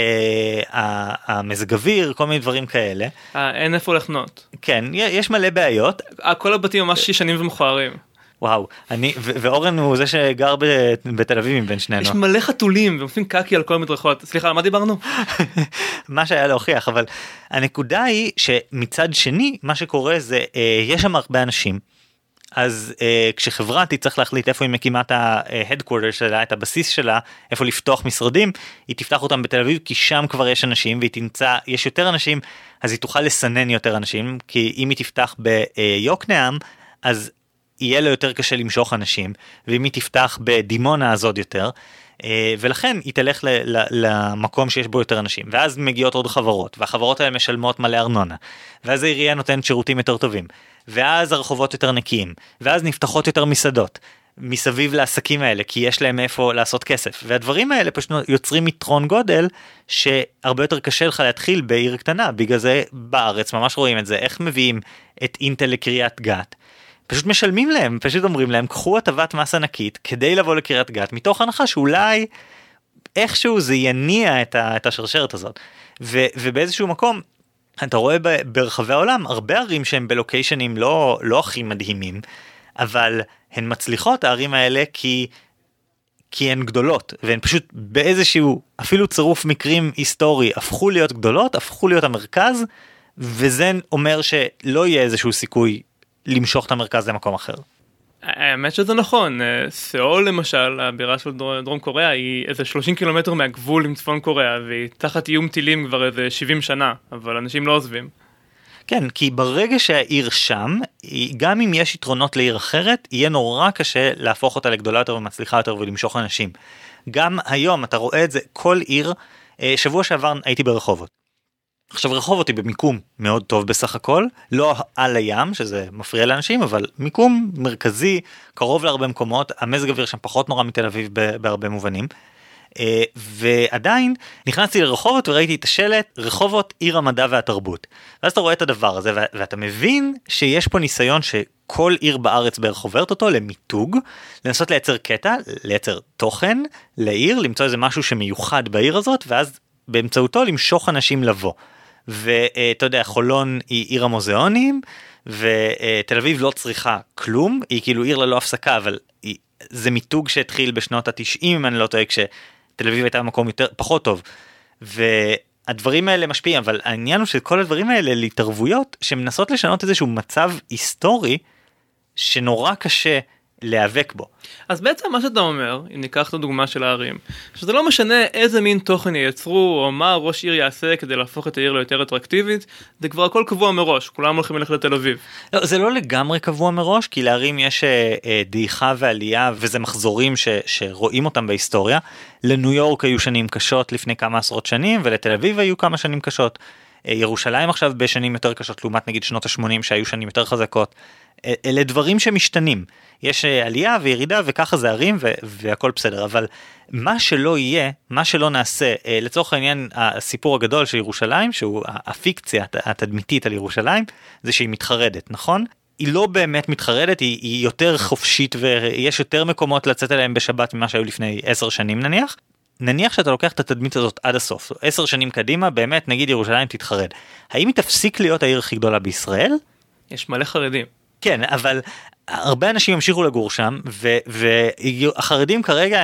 המזג אוויר, כל מיני דברים כאלה.
אין איפה לחנות.
כן, יש מלא בעיות.
כל הבתים ממש ישנים ומכוערים.
וואו, ואורן הוא זה שגר בתל אביב מבין שנינו.
יש מלא חתולים ועושים קקי על כל המדרכות. סליחה, על מה דיברנו?
מה שהיה להוכיח, אבל הנקודה היא שמצד שני, מה שקורה זה, יש שם הרבה אנשים, אז כשחברה תצטרך להחליט איפה היא מקימה את ה-headquarter שלה, את הבסיס שלה, איפה לפתוח משרדים, היא תפתח אותם בתל אביב, כי שם כבר יש אנשים, והיא תמצא, יש יותר אנשים, אז היא תוכל לסנן יותר אנשים, כי אם היא תפתח ביוקנעם, אז יהיה לו יותר קשה למשוך אנשים, ואם היא תפתח בדימונה אז עוד יותר, ולכן היא תלך למקום שיש בו יותר אנשים, ואז מגיעות עוד חברות, והחברות האלה משלמות מלא ארנונה, ואז העירייה נותנת שירותים יותר טובים, ואז הרחובות יותר נקיים, ואז נפתחות יותר מסעדות, מסביב לעסקים האלה, כי יש להם איפה לעשות כסף, והדברים האלה פשוט יוצרים יתרון גודל, שהרבה יותר קשה לך להתחיל בעיר קטנה, בגלל זה בארץ ממש רואים את זה, איך מביאים את אינטל לקריית גת, פשוט משלמים להם, פשוט אומרים להם, קחו הטבת מס ענקית כדי לבוא לקריית גת, מתוך הנחה שאולי איכשהו זה יניע את השרשרת הזאת. ובאיזשהו מקום, אתה רואה ברחבי העולם, הרבה ערים שהם בלוקיישנים לא הכי מדהימים, אבל הן מצליחות הערים האלה כי הן גדולות, והן פשוט באיזשהו, אפילו צירוף מקרים היסטורי, הפכו להיות גדולות, הפכו להיות המרכז, וזה אומר שלא יהיה איזשהו סיכוי למשוך את המרכז למקום אחר.
האמת שזה נכון, סאול למשל, הבירה של דרום קוריאה, היא איזה 30 קילומטר מהגבול עם צפון קוריאה, והיא תחת איום טילים כבר איזה 70 שנה, אבל אנשים לא עוזבים.
כן, כי ברגע שהעיר שם, גם אם יש יתרונות לעיר אחרת, יהיה נורא קשה להפוך אותה לגדולה יותר ומצליחה יותר ולמשוך אנשים. גם היום אתה רואה את זה, כל עיר, שבוע שעבר הייתי ברחובות. עכשיו רחובות היא במיקום מאוד טוב בסך הכל, לא על הים, שזה מפריע לאנשים, אבל מיקום מרכזי, קרוב להרבה מקומות, המזג אוויר שם פחות נורא מתל אביב בהרבה מובנים, ועדיין נכנסתי לרחובות וראיתי את השלט, רחובות עיר המדע והתרבות. ואז אתה רואה את הדבר הזה, ואתה מבין שיש פה ניסיון שכל עיר בארץ בערך עוברת אותו למיתוג, לנסות לייצר קטע, לייצר תוכן לעיר, למצוא איזה משהו שמיוחד בעיר הזאת, ואז באמצעותו למשוך אנשים לבוא. ואתה יודע, חולון היא עיר המוזיאונים, ותל אביב לא צריכה כלום, היא כאילו עיר ללא הפסקה, אבל זה מיתוג שהתחיל בשנות ה-90, אם אני לא טועה, כשתל אביב הייתה מקום פחות טוב, והדברים האלה משפיעים, אבל העניין הוא שכל הדברים האלה להתערבויות, שמנסות לשנות איזשהו מצב היסטורי, שנורא קשה להיאבק בו.
אז בעצם מה שאתה אומר, אם ניקח את הדוגמה של הערים, שזה לא משנה איזה מין תוכן ייצרו, או מה ראש עיר יעשה כדי להפוך את העיר ליותר אטרקטיבית, זה כבר הכל קבוע מראש, כולם הולכים ללכת לתל אביב.
לא, זה לא לגמרי קבוע מראש, כי לערים יש דעיכה ועלייה, וזה מחזורים שרואים אותם בהיסטוריה. לניו יורק היו שנים קשות לפני כמה עשרות שנים, ולתל אביב היו כמה שנים קשות. ירושלים עכשיו בשנים יותר קשות, לעומת נגיד שנות ה-80 שהיו שנים יותר חזקות. אלה דברים שמשתנים. יש עלייה וירידה וככה זה ערים והכל בסדר, אבל מה שלא יהיה, מה שלא נעשה, לצורך העניין הסיפור הגדול של ירושלים, שהוא הפיקציה התדמיתית על ירושלים, זה שהיא מתחרדת, נכון? היא לא באמת מתחרדת, היא יותר חופשית ויש יותר מקומות לצאת אליהם בשבת ממה שהיו לפני 10 שנים נניח. נניח שאתה לוקח את התדמית הזאת עד הסוף, 10 שנים קדימה, באמת נגיד ירושלים תתחרד. האם היא תפסיק להיות העיר הכי גדולה בישראל?
יש מלא חרדים.
כן, אבל הרבה אנשים ימשיכו לגור שם, והחרדים כרגע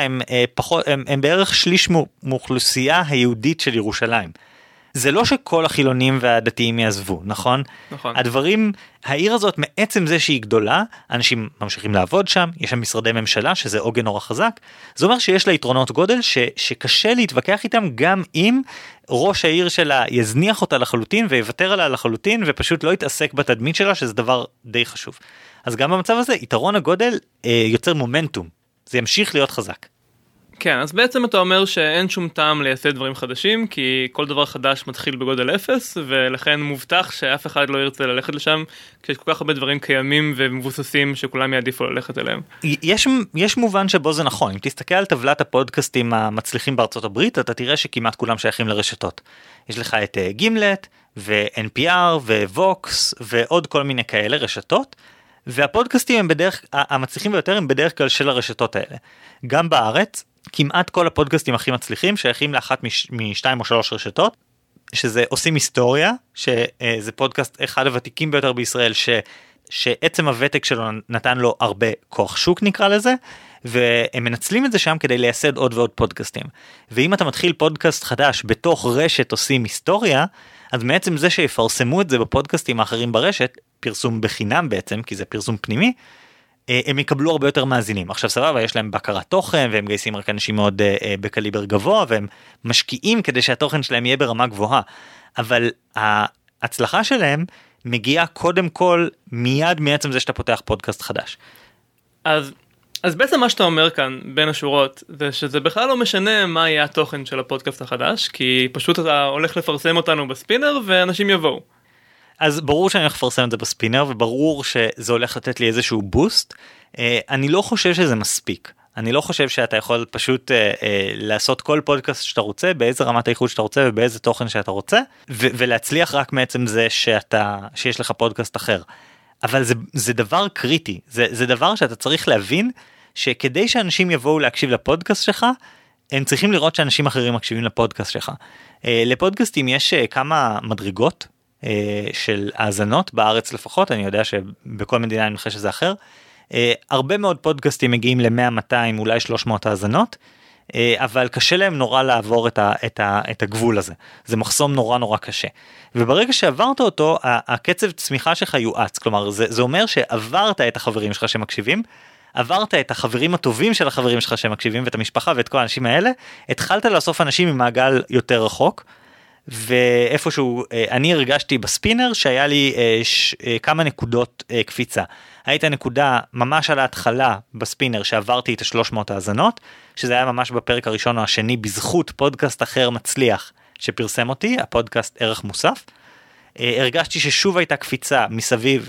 הם בערך שליש מאוכלוסייה היהודית של ירושלים. זה לא שכל החילונים והדתיים יעזבו, נכון?
נכון.
העיר הזאת מעצם זה שהיא גדולה, אנשים ממשיכים לעבוד שם, יש שם משרדי ממשלה, שזה עוגן נורא חזק, זה אומר שיש לה יתרונות גודל שקשה להתווכח איתם, גם אם ראש העיר שלה יזניח אותה לחלוטין, ויוותר עליה לחלוטין, ופשוט לא יתעסק בתדמית שלה, שזה דבר די חשוב. אז גם במצב הזה, יתרון הגודל יוצר מומנטום, זה ימשיך להיות חזק.
כן, אז בעצם אתה אומר שאין שום טעם לייסד דברים חדשים, כי כל דבר חדש מתחיל בגודל 0, ולכן מובטח שאף אחד לא ירצה ללכת לשם, כשיש כל כך הרבה דברים קיימים ומבוססים שכולם יעדיפו ללכת אליהם.
יש מובן שבו זה נכון, אם תסתכל על טבלת הפודקאסטים המצליחים בארצות הברית, אתה תראה שכמעט כולם שייכים לרשתות. יש לך את גימלט, ו-NPR, ו-Vox, ועוד כל מיני כאלה רשתות, והפודקאסטים המצליחים ביותר הם בדרך כלל של הרשתות האלה. גם בארץ, כמעט כל הפודקאסטים הכי מצליחים שייכים לאחת משתיים או 3 רשתות, שזה עושים היסטוריה, שזה פודקאסט אחד הוותיקים ביותר בישראל, שעצם הוותק שלו נתן לו הרבה כוח שוק נקרא לזה, והם מנצלים את זה שם כדי לייסד עוד ועוד פודקאסטים. ואם אתה מתחיל פודקאסט חדש בתוך רשת עושים היסטוריה, אז בעצם זה שיפרסמו את זה בפודקאסטים האחרים ברשת, פרסום בחינם בעצם, כי זה פרסום פנימי, הם יקבלו הרבה יותר מאזינים. עכשיו סבבה, יש להם בקרת תוכן, והם גייסים רק אנשים מאוד בקליבר גבוה, והם משקיעים כדי שהתוכן שלהם יהיה ברמה גבוהה. אבל ההצלחה שלהם מגיעה קודם כל מיד מעצם זה שאתה פותח פודקאסט חדש.
אז בעצם מה שאתה אומר כאן בין השורות, זה שזה בכלל לא משנה מה יהיה התוכן של הפודקאסט החדש, כי פשוט אתה הולך לפרסם אותנו בספינר, ואנשים יבואו.
אז ברור שאני הולך לפרסם את זה בספינר, וברור שזה הולך לתת לי איזשהו בוסט. אני לא חושב שזה מספיק. אני לא חושב שאתה יכול פשוט לעשות כל פודקאסט שאתה רוצה, באיזה רמת האיכות שאתה רוצה, ובאיזה תוכן שאתה רוצה, ולהצליח רק מעצם זה שיש לך פודקאסט אחר. אבל זה דבר קריטי. זה דבר שאתה צריך להבין, שכדי שאנשים יבואו להקשיב לפודקאסט שלך, הם צריכים לראות שאנשים אחרים מקשיבים לפודקאסט שלך. לפודקאסטים יש כמה מדרגות, של האזנות, בארץ לפחות, אני יודע שבכל מדינה אני חושב שזה אחר, הרבה מאוד פודקאסטים מגיעים ל-100, 200, אולי 300 האזנות, אבל קשה להם נורא לעבור את הגבול הזה, זה מחסום נורא נורא קשה, וברגע שעברת אותו, הקצב צמיחה שלך יואץ, כלומר זה אומר שעברת את החברים שלך שמקשיבים, עברת את החברים הטובים של החברים שלך שמקשיבים, ואת המשפחה ואת כל האנשים האלה, התחלת לאסוף אנשים ממעגל יותר רחוק, ואיפשהו אני הרגשתי בספינר שהיה לי כמה נקודות קפיצה. הייתה נקודה ממש על ההתחלה בספינר שעברתי את 300 האזנות, שזה היה ממש בפרק הראשון או השני בזכות פודקאסט אחר מצליח שפרסם אותי, הפודקאסט ערך מוסף. הרגשתי ששוב הייתה קפיצה מסביב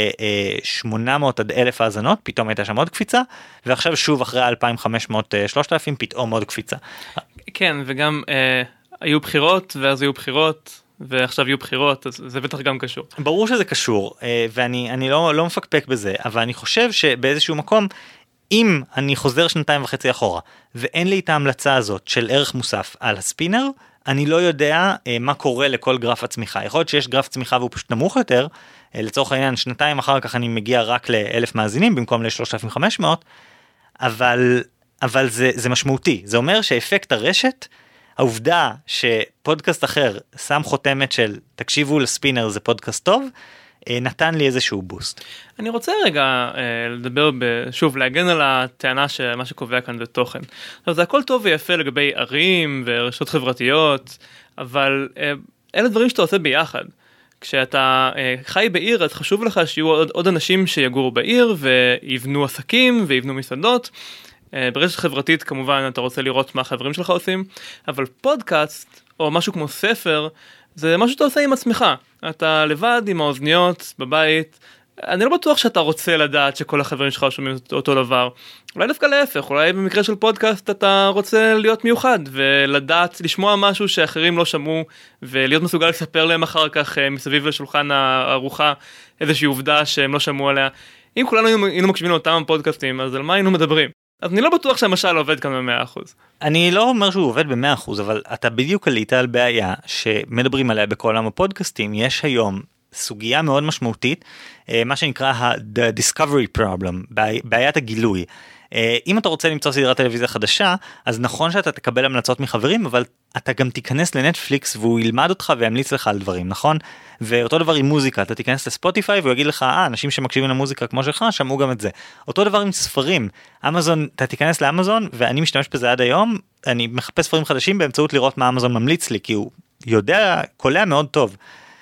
ל-800 עד 1,000 האזנות, פתאום הייתה שם עוד קפיצה, ועכשיו שוב אחרי 2,500-3,000 פתאום עוד קפיצה.
כן, וגם היו בחירות, ואז היו בחירות, ועכשיו יהיו בחירות, אז זה בטח גם קשור.
ברור שזה קשור, ואני לא מפקפק בזה, אבל אני חושב שבאיזשהו מקום, אם אני חוזר 2.5 אחורה, ואין לי את ההמלצה הזאת של ערך מוסף על הספינר, אני לא יודע מה קורה לכל גרף הצמיחה. יכול להיות שיש גרף צמיחה והוא פשוט נמוך יותר, לצורך העניין 2 אחר כך אני מגיע רק ל1,000 מאזינים, במקום ל3,500, אבל זה משמעותי. זה אומר שאפקט הרשת, העובדה שפודקאסט אחר שם חותמת של תקשיבו לספינר זה פודקאסט טוב, נתן לי איזשהו בוסט.
אני רוצה רגע לדבר שוב, להגן על הטענה שמה שקובע כאן זה תוכן. זה הכל טוב ויפה לגבי ערים ורשתות חברתיות, אבל אלה דברים שאתה עושה ביחד. כשאתה חי בעיר, אז חשוב לך שיהיו עוד אנשים שיגורו בעיר ויבנו עסקים ויבנו מסעדות. ברשת חברתית כמובן אתה רוצה לראות מה החברים שלך עושים, אבל פודקאסט או משהו כמו ספר, זה משהו שאתה עושה עם עצמך. אתה לבד עם האוזניות בבית, אני לא בטוח שאתה רוצה לדעת שכל החברים שלך שומעים אותו דבר. אולי דווקא להפך, אולי במקרה של פודקאסט אתה רוצה להיות מיוחד ולדעת, לשמוע משהו שאחרים לא שמעו ולהיות מסוגל לספר להם אחר כך מסביב לשולחן הארוחה איזושהי עובדה שהם לא שמעו עליה. אם כולנו היינו מקשיבים לאותם פודקאסטים, אז על מה היינו מדברים? אז אני לא בטוח שהמשל עובד כאן ב100%.
אני לא אומר שהוא עובד ב100%, אבל אתה בדיוק עלית על בעיה שמדברים עליה בכל עולם הפודקאסטים. יש היום סוגיה מאוד משמעותית, מה שנקרא the discovery problem, בעיית הגילוי. אם אתה רוצה למצוא סדרת טלוויזיה חדשה, אז נכון שאתה תקבל המלצות מחברים, אבל אתה גם תיכנס לנטפליקס והוא ילמד אותך וימליץ לך על דברים, נכון? ואותו דבר עם מוזיקה, אתה תיכנס לספוטיפיי והוא יגיד לך, אנשים שמקשיבים למוזיקה כמו שלך, שמעו גם את זה. אותו דבר עם ספרים, אמזון, אתה תיכנס לאמזון, ואני משתמש בזה עד היום, אני מחפש ספרים חדשים באמצעות לראות מה אמזון ממליץ לי, כי הוא יודע, קולע מאוד טוב.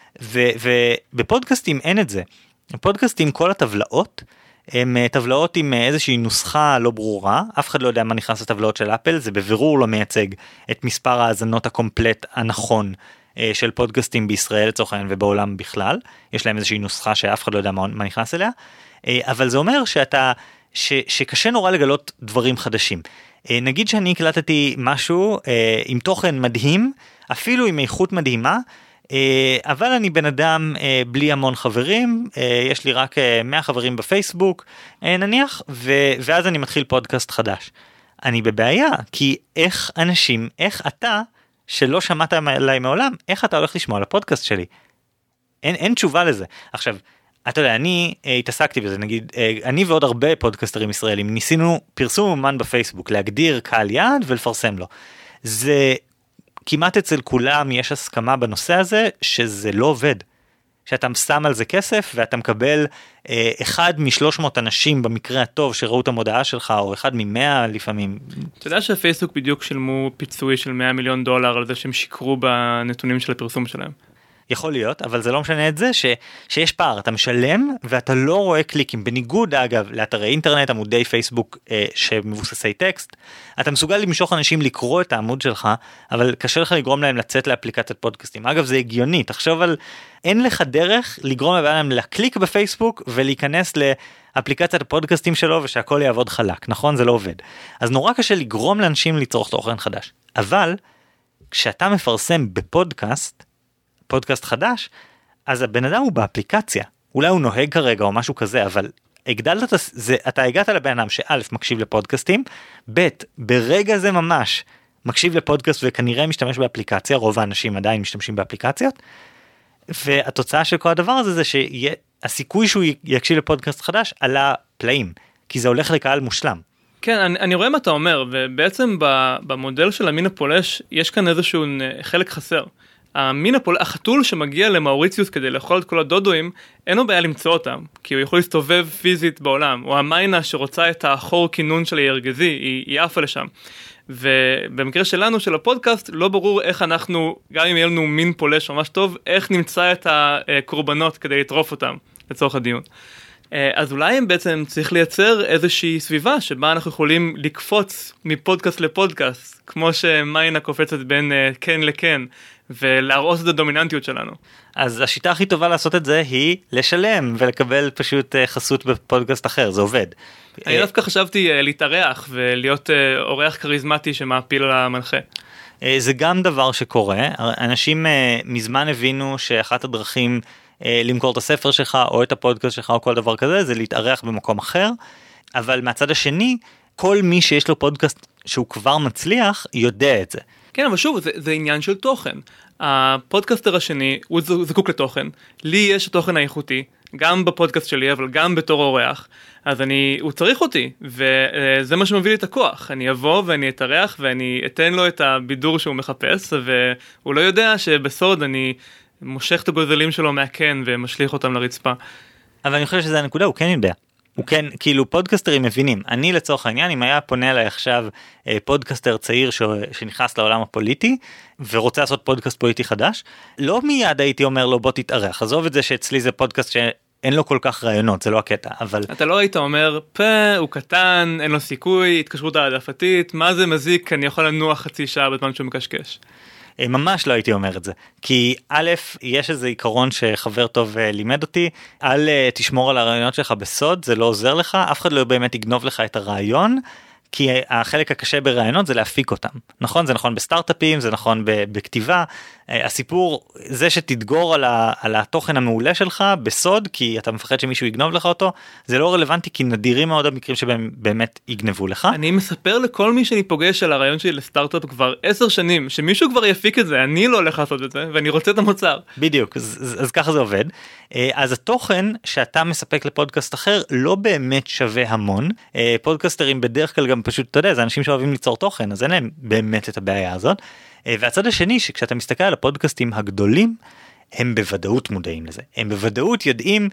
ובפודקאסטים אין את זה. בפודקאסטים כל הטבלאות, הם טבלאות עם איזושהי נוסחה לא ברורה, אף אחד לא יודע מה נכנס לטבלאות של אפל, זה בבירור לא מייצג את מספר האזנות הקומפלט הנכון של פודקאסטים בישראל לצורך העניין ובעולם בכלל, יש להם איזושהי נוסחה שאף אחד לא יודע מה נכנס אליה, אבל זה אומר שקשה נורא לגלות דברים חדשים. נגיד שאני הקלטתי משהו עם תוכן מדהים, אפילו עם איכות מדהימה, אבל אני בן אדם בלי המון חברים, יש לי רק 100 חברים בפייסבוק, נניח, ואז אני מתחיל פודקאסט חדש. אני בבעיה, כי איך אתה, שלא שמעת עליי מעולם, איך אתה הולך לשמוע על הפודקאסט שלי? אין תשובה לזה. עכשיו, אתה יודע, אני התעסקתי בזה, נגיד, אני ועוד הרבה פודקאסטרים ישראלים, ניסינו פרסום אומן בפייסבוק, להגדיר קהל יעד ולפרסם לו. זה כמעט אצל כולם יש הסכמה בנושא הזה שזה לא עובד. שאתה שם על זה כסף ואתה מקבל אחד מ300 אנשים במקרה הטוב שראו את המודעה שלך, או אחד מ100 לפעמים.
אתה יודע שהפייסבוק בדיוק שילמו פיצוי של $100 מיליון על זה שהם שיקרו בנתונים של הפרסום שלהם.
יכול להיות, אבל זה לא משנה את זה שיש פער, אתה משלם ואתה לא רואה קליקים, בניגוד אגב לאתרי אינטרנט, עמודי פייסבוק שמבוססי טקסט, אתה מסוגל למשוך אנשים לקרוא את העמוד שלך, אבל קשה לך לגרום להם לצאת לאפליקציית פודקאסטים. אגב זה הגיוני, תחשוב על, אין לך דרך לגרום להם לקליק בפייסבוק ולהיכנס לאפליקציית הפודקאסטים שלו ושהכל יעבוד חלק, נכון? זה לא עובד. אז נורא קשה לגרום לאנשים לצרוך תוכן חדש, אבל כשאתה מפרסם בפודקאסט חדש, אז הבן אדם הוא באפליקציה, אולי הוא נוהג כרגע או משהו כזה, אבל אתה הגעת לבן אדם שא' מקשיב לפודקאסטים, ב' ברגע זה ממש מקשיב לפודקאסט וכנראה משתמש באפליקציה, רוב האנשים עדיין משתמשים באפליקציות, והתוצאה של כל הדבר הזה זה שהסיכוי שהוא יקשיב לפודקאסט חדש עלה פלאים, כי זה הולך לקהל מושלם.
כן, אני רואה מה אתה אומר, ובעצם במודל של המין הפולש יש כאן איזשהו חלק חסר. החתול שמגיע למאוריציוס כדי לאכול את כל הדודואים, אין לו בעיה למצוא אותם, כי הוא יכול להסתובב פיזית בעולם, או המיינה שרוצה את החור כינון של הירגזי, היא עפה לשם. ובמקרה שלנו, של הפודקאסט, לא ברור איך אנחנו, גם אם יהיה לנו מין פולש ממש טוב, איך נמצא את הקורבנות כדי לטרוף אותם, לצורך הדיון. אז אולי הם בעצם צריך לייצר איזושהי סביבה שבה אנחנו יכולים לקפוץ מפודקאסט לפודקאסט, כמו שמיינה קופצת בין כן לכן, ולהראות את הדומיננטיות שלנו.
אז השיטה הכי טובה לעשות את זה היא לשלם ולקבל פשוט חסות בפודקאסט אחר, זה עובד.
אני דווקא חשבתי להתארח ולהיות אורח קריזמטי שמעפיל על המנחה.
זה גם דבר שקורה, אנשים מזמן הבינו שאחת הדרכים למכור את הספר שלך או את הפודקאסט שלך או כל דבר כזה, זה להתארח במקום אחר, אבל מהצד השני, כל מי שיש לו פודקאסט שהוא כבר מצליח, יודע את זה.
כן, אבל שוב, זה עניין של תוכן. הפודקאסטר השני, הוא זקוק לתוכן. לי יש התוכן האיכותי, גם בפודקאסט שלי, אבל גם בתור אורח. אז הוא צריך אותי, וזה מה שמביא לי את הכוח. אני אבוא ואני אתארח, ואני אתן לו את הבידור שהוא מחפש, והוא לא יודע שבסוד אני מושך את הגוזלים שלו מהקן ומשליך אותם לרצפה.
אבל אני חושב שזה הנקודה, הוא כן יודע. הוא כן, כאילו פודקסטרים מבינים. אני לצורך העניין, אם היה פונה אליי עכשיו פודקסטר צעיר שנכנס לעולם הפוליטי, ורוצה לעשות פודקאסט פוליטי חדש, לא מיד הייתי אומר לו בוא תתארח. עזוב את זה שאצלי זה פודקאסט שאין לו כל כך רעיונות, זה לא הקטע, אבל...
אתה לא היית אומר, הוא קטן, אין לו סיכוי, התקשרות העדפתית, מה זה מזיק, אני יכול לנוח חצי שעה בזמן שהוא מקשקש.
ממש לא הייתי אומר את זה, כי א', יש איזה עיקרון שחבר טוב לימד אותי, אל תשמור על הרעיונות שלך בסוד, זה לא עוזר לך, אף אחד לא באמת יגנוב לך את הרעיון, כי החלק הקשה ברעיונות זה להפיק אותם, נכון? זה נכון בסטארט-אפים, זה נכון בכתיבה, הסיפור זה שתדגור על התוכן המעולה שלך בסוד, כי אתה מפחד שמישהו יגנוב לך אותו, זה לא רלוונטי, כי נדירים מאוד המקרים שבהם באמת יגנבו לך.
אני מספר לכל מי שאני פוגש על הרעיון שלי לסטארט-אפ כבר 10 שנים, שמישהו כבר יפיק את זה, אני לא הולך לעשות את זה, ואני רוצה את המוצר.
בדיוק, אז ככה זה עובד. אז התוכן שאתה מספק לפודקאסט אחר לא באמת שווה המון. פודקאסטרים בדרך כלל גם פשוט, אתה יודע, זה אנשים שאוהבים ליצור תוכן, אז אין להם באמת את הבעיה הזאת. והצד השני, שכשאתה מסתכל על הפודקאסטים הגדולים, הם בוודאות מודעים לזה. הם בוודאות יודעים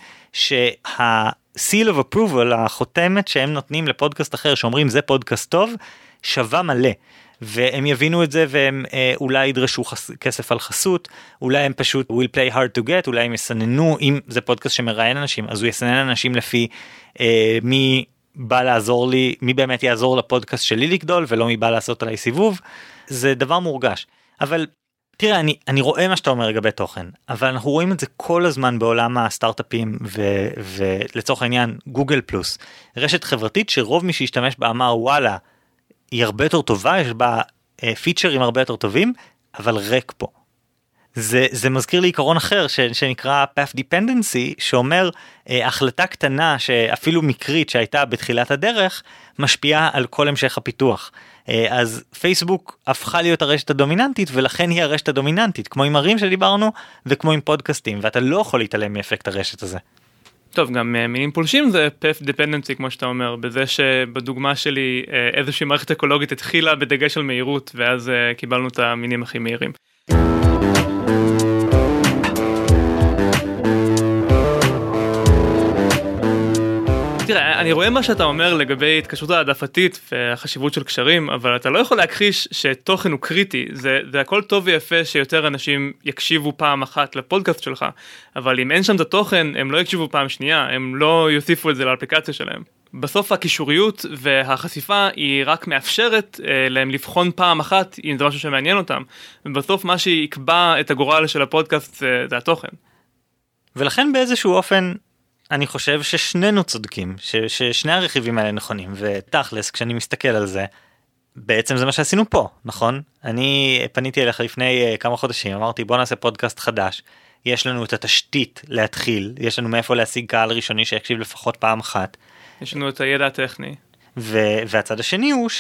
שה-seal of approval, החותמת שהם נותנים לפודקאסט אחר, שאומרים זה פודקאסט טוב, שווה מלא. והם יבינו את זה, והם אולי ידרשו כסף על חסות, אולי הם פשוט will play hard to get, אולי הם יסננו, אם זה פודקאסט שמראיין אנשים, אז הוא יסנן אנשים לפי מי בא לעזור לי, מי באמת יעזור לפודקאסט שלי לגדול, ולא מי בא לעשות עליי סיבוב. זה דבר מורגש. אבל תראה, אני רואה מה שאתה אומר לגבי תוכן, אבל אנחנו רואים את זה כל הזמן בעולם הסטארט-אפים, ולצורך העניין גוגל פלוס, רשת חברתית שרוב מי שישתמש בה אמר וואלה, היא הרבה יותר טובה, יש בה פיצ'רים הרבה יותר טובים, אבל ריק פה. זה מזכיר לי עיקרון אחר שנקרא path dependency, שאומר החלטה קטנה שאפילו מקרית שהייתה בתחילת הדרך, משפיעה על כל המשך הפיתוח. אז פייסבוק הפכה להיות הרשת הדומיננטית, ולכן היא הרשת הדומיננטית, כמו עם ערים שדיברנו, וכמו עם פודקאסטים, ואתה לא יכול להתעלם מאפקט הרשת הזה.
טוב, גם מינים פולשים זה path dependency, כמו שאתה אומר, בזה שבדוגמה שלי איזושהי מערכת אקולוגית התחילה בדגש על מהירות, ואז קיבלנו את המינים הכי מהירים. תראה, אני רואה מה שאתה אומר לגבי התקשרות העדפתית והחשיבות של קשרים, אבל אתה לא יכול להכחיש שתוכן הוא קריטי. זה הכל טוב ויפה שיותר אנשים יקשיבו פעם אחת לפודקאסט שלך, אבל אם אין שם את התוכן, הם לא יקשיבו פעם שנייה, הם לא יוסיפו את זה לאפליקציה שלהם. בסוף הקישוריות והחשיפה היא רק מאפשרת להם לבחון פעם אחת אם זה משהו שמעניין אותם, ובסוף מה שיקבע את הגורל של הפודקאסט זה התוכן.
ולכן באיזשהו אופן אני חושב ששנינו צודקים, ששני הרכיבים האלה נכונים, ותכלס, כשאני מסתכל על זה, בעצם זה מה שעשינו פה, נכון? אני פניתי אליך לפני כמה חודשים, אמרתי בוא נעשה פודקאסט חדש, יש לנו את התשתית להתחיל, יש לנו מאיפה להשיג קהל ראשוני שיקשיב לפחות פעם אחת.
יש לנו את הידע הטכני.
והצד השני הוא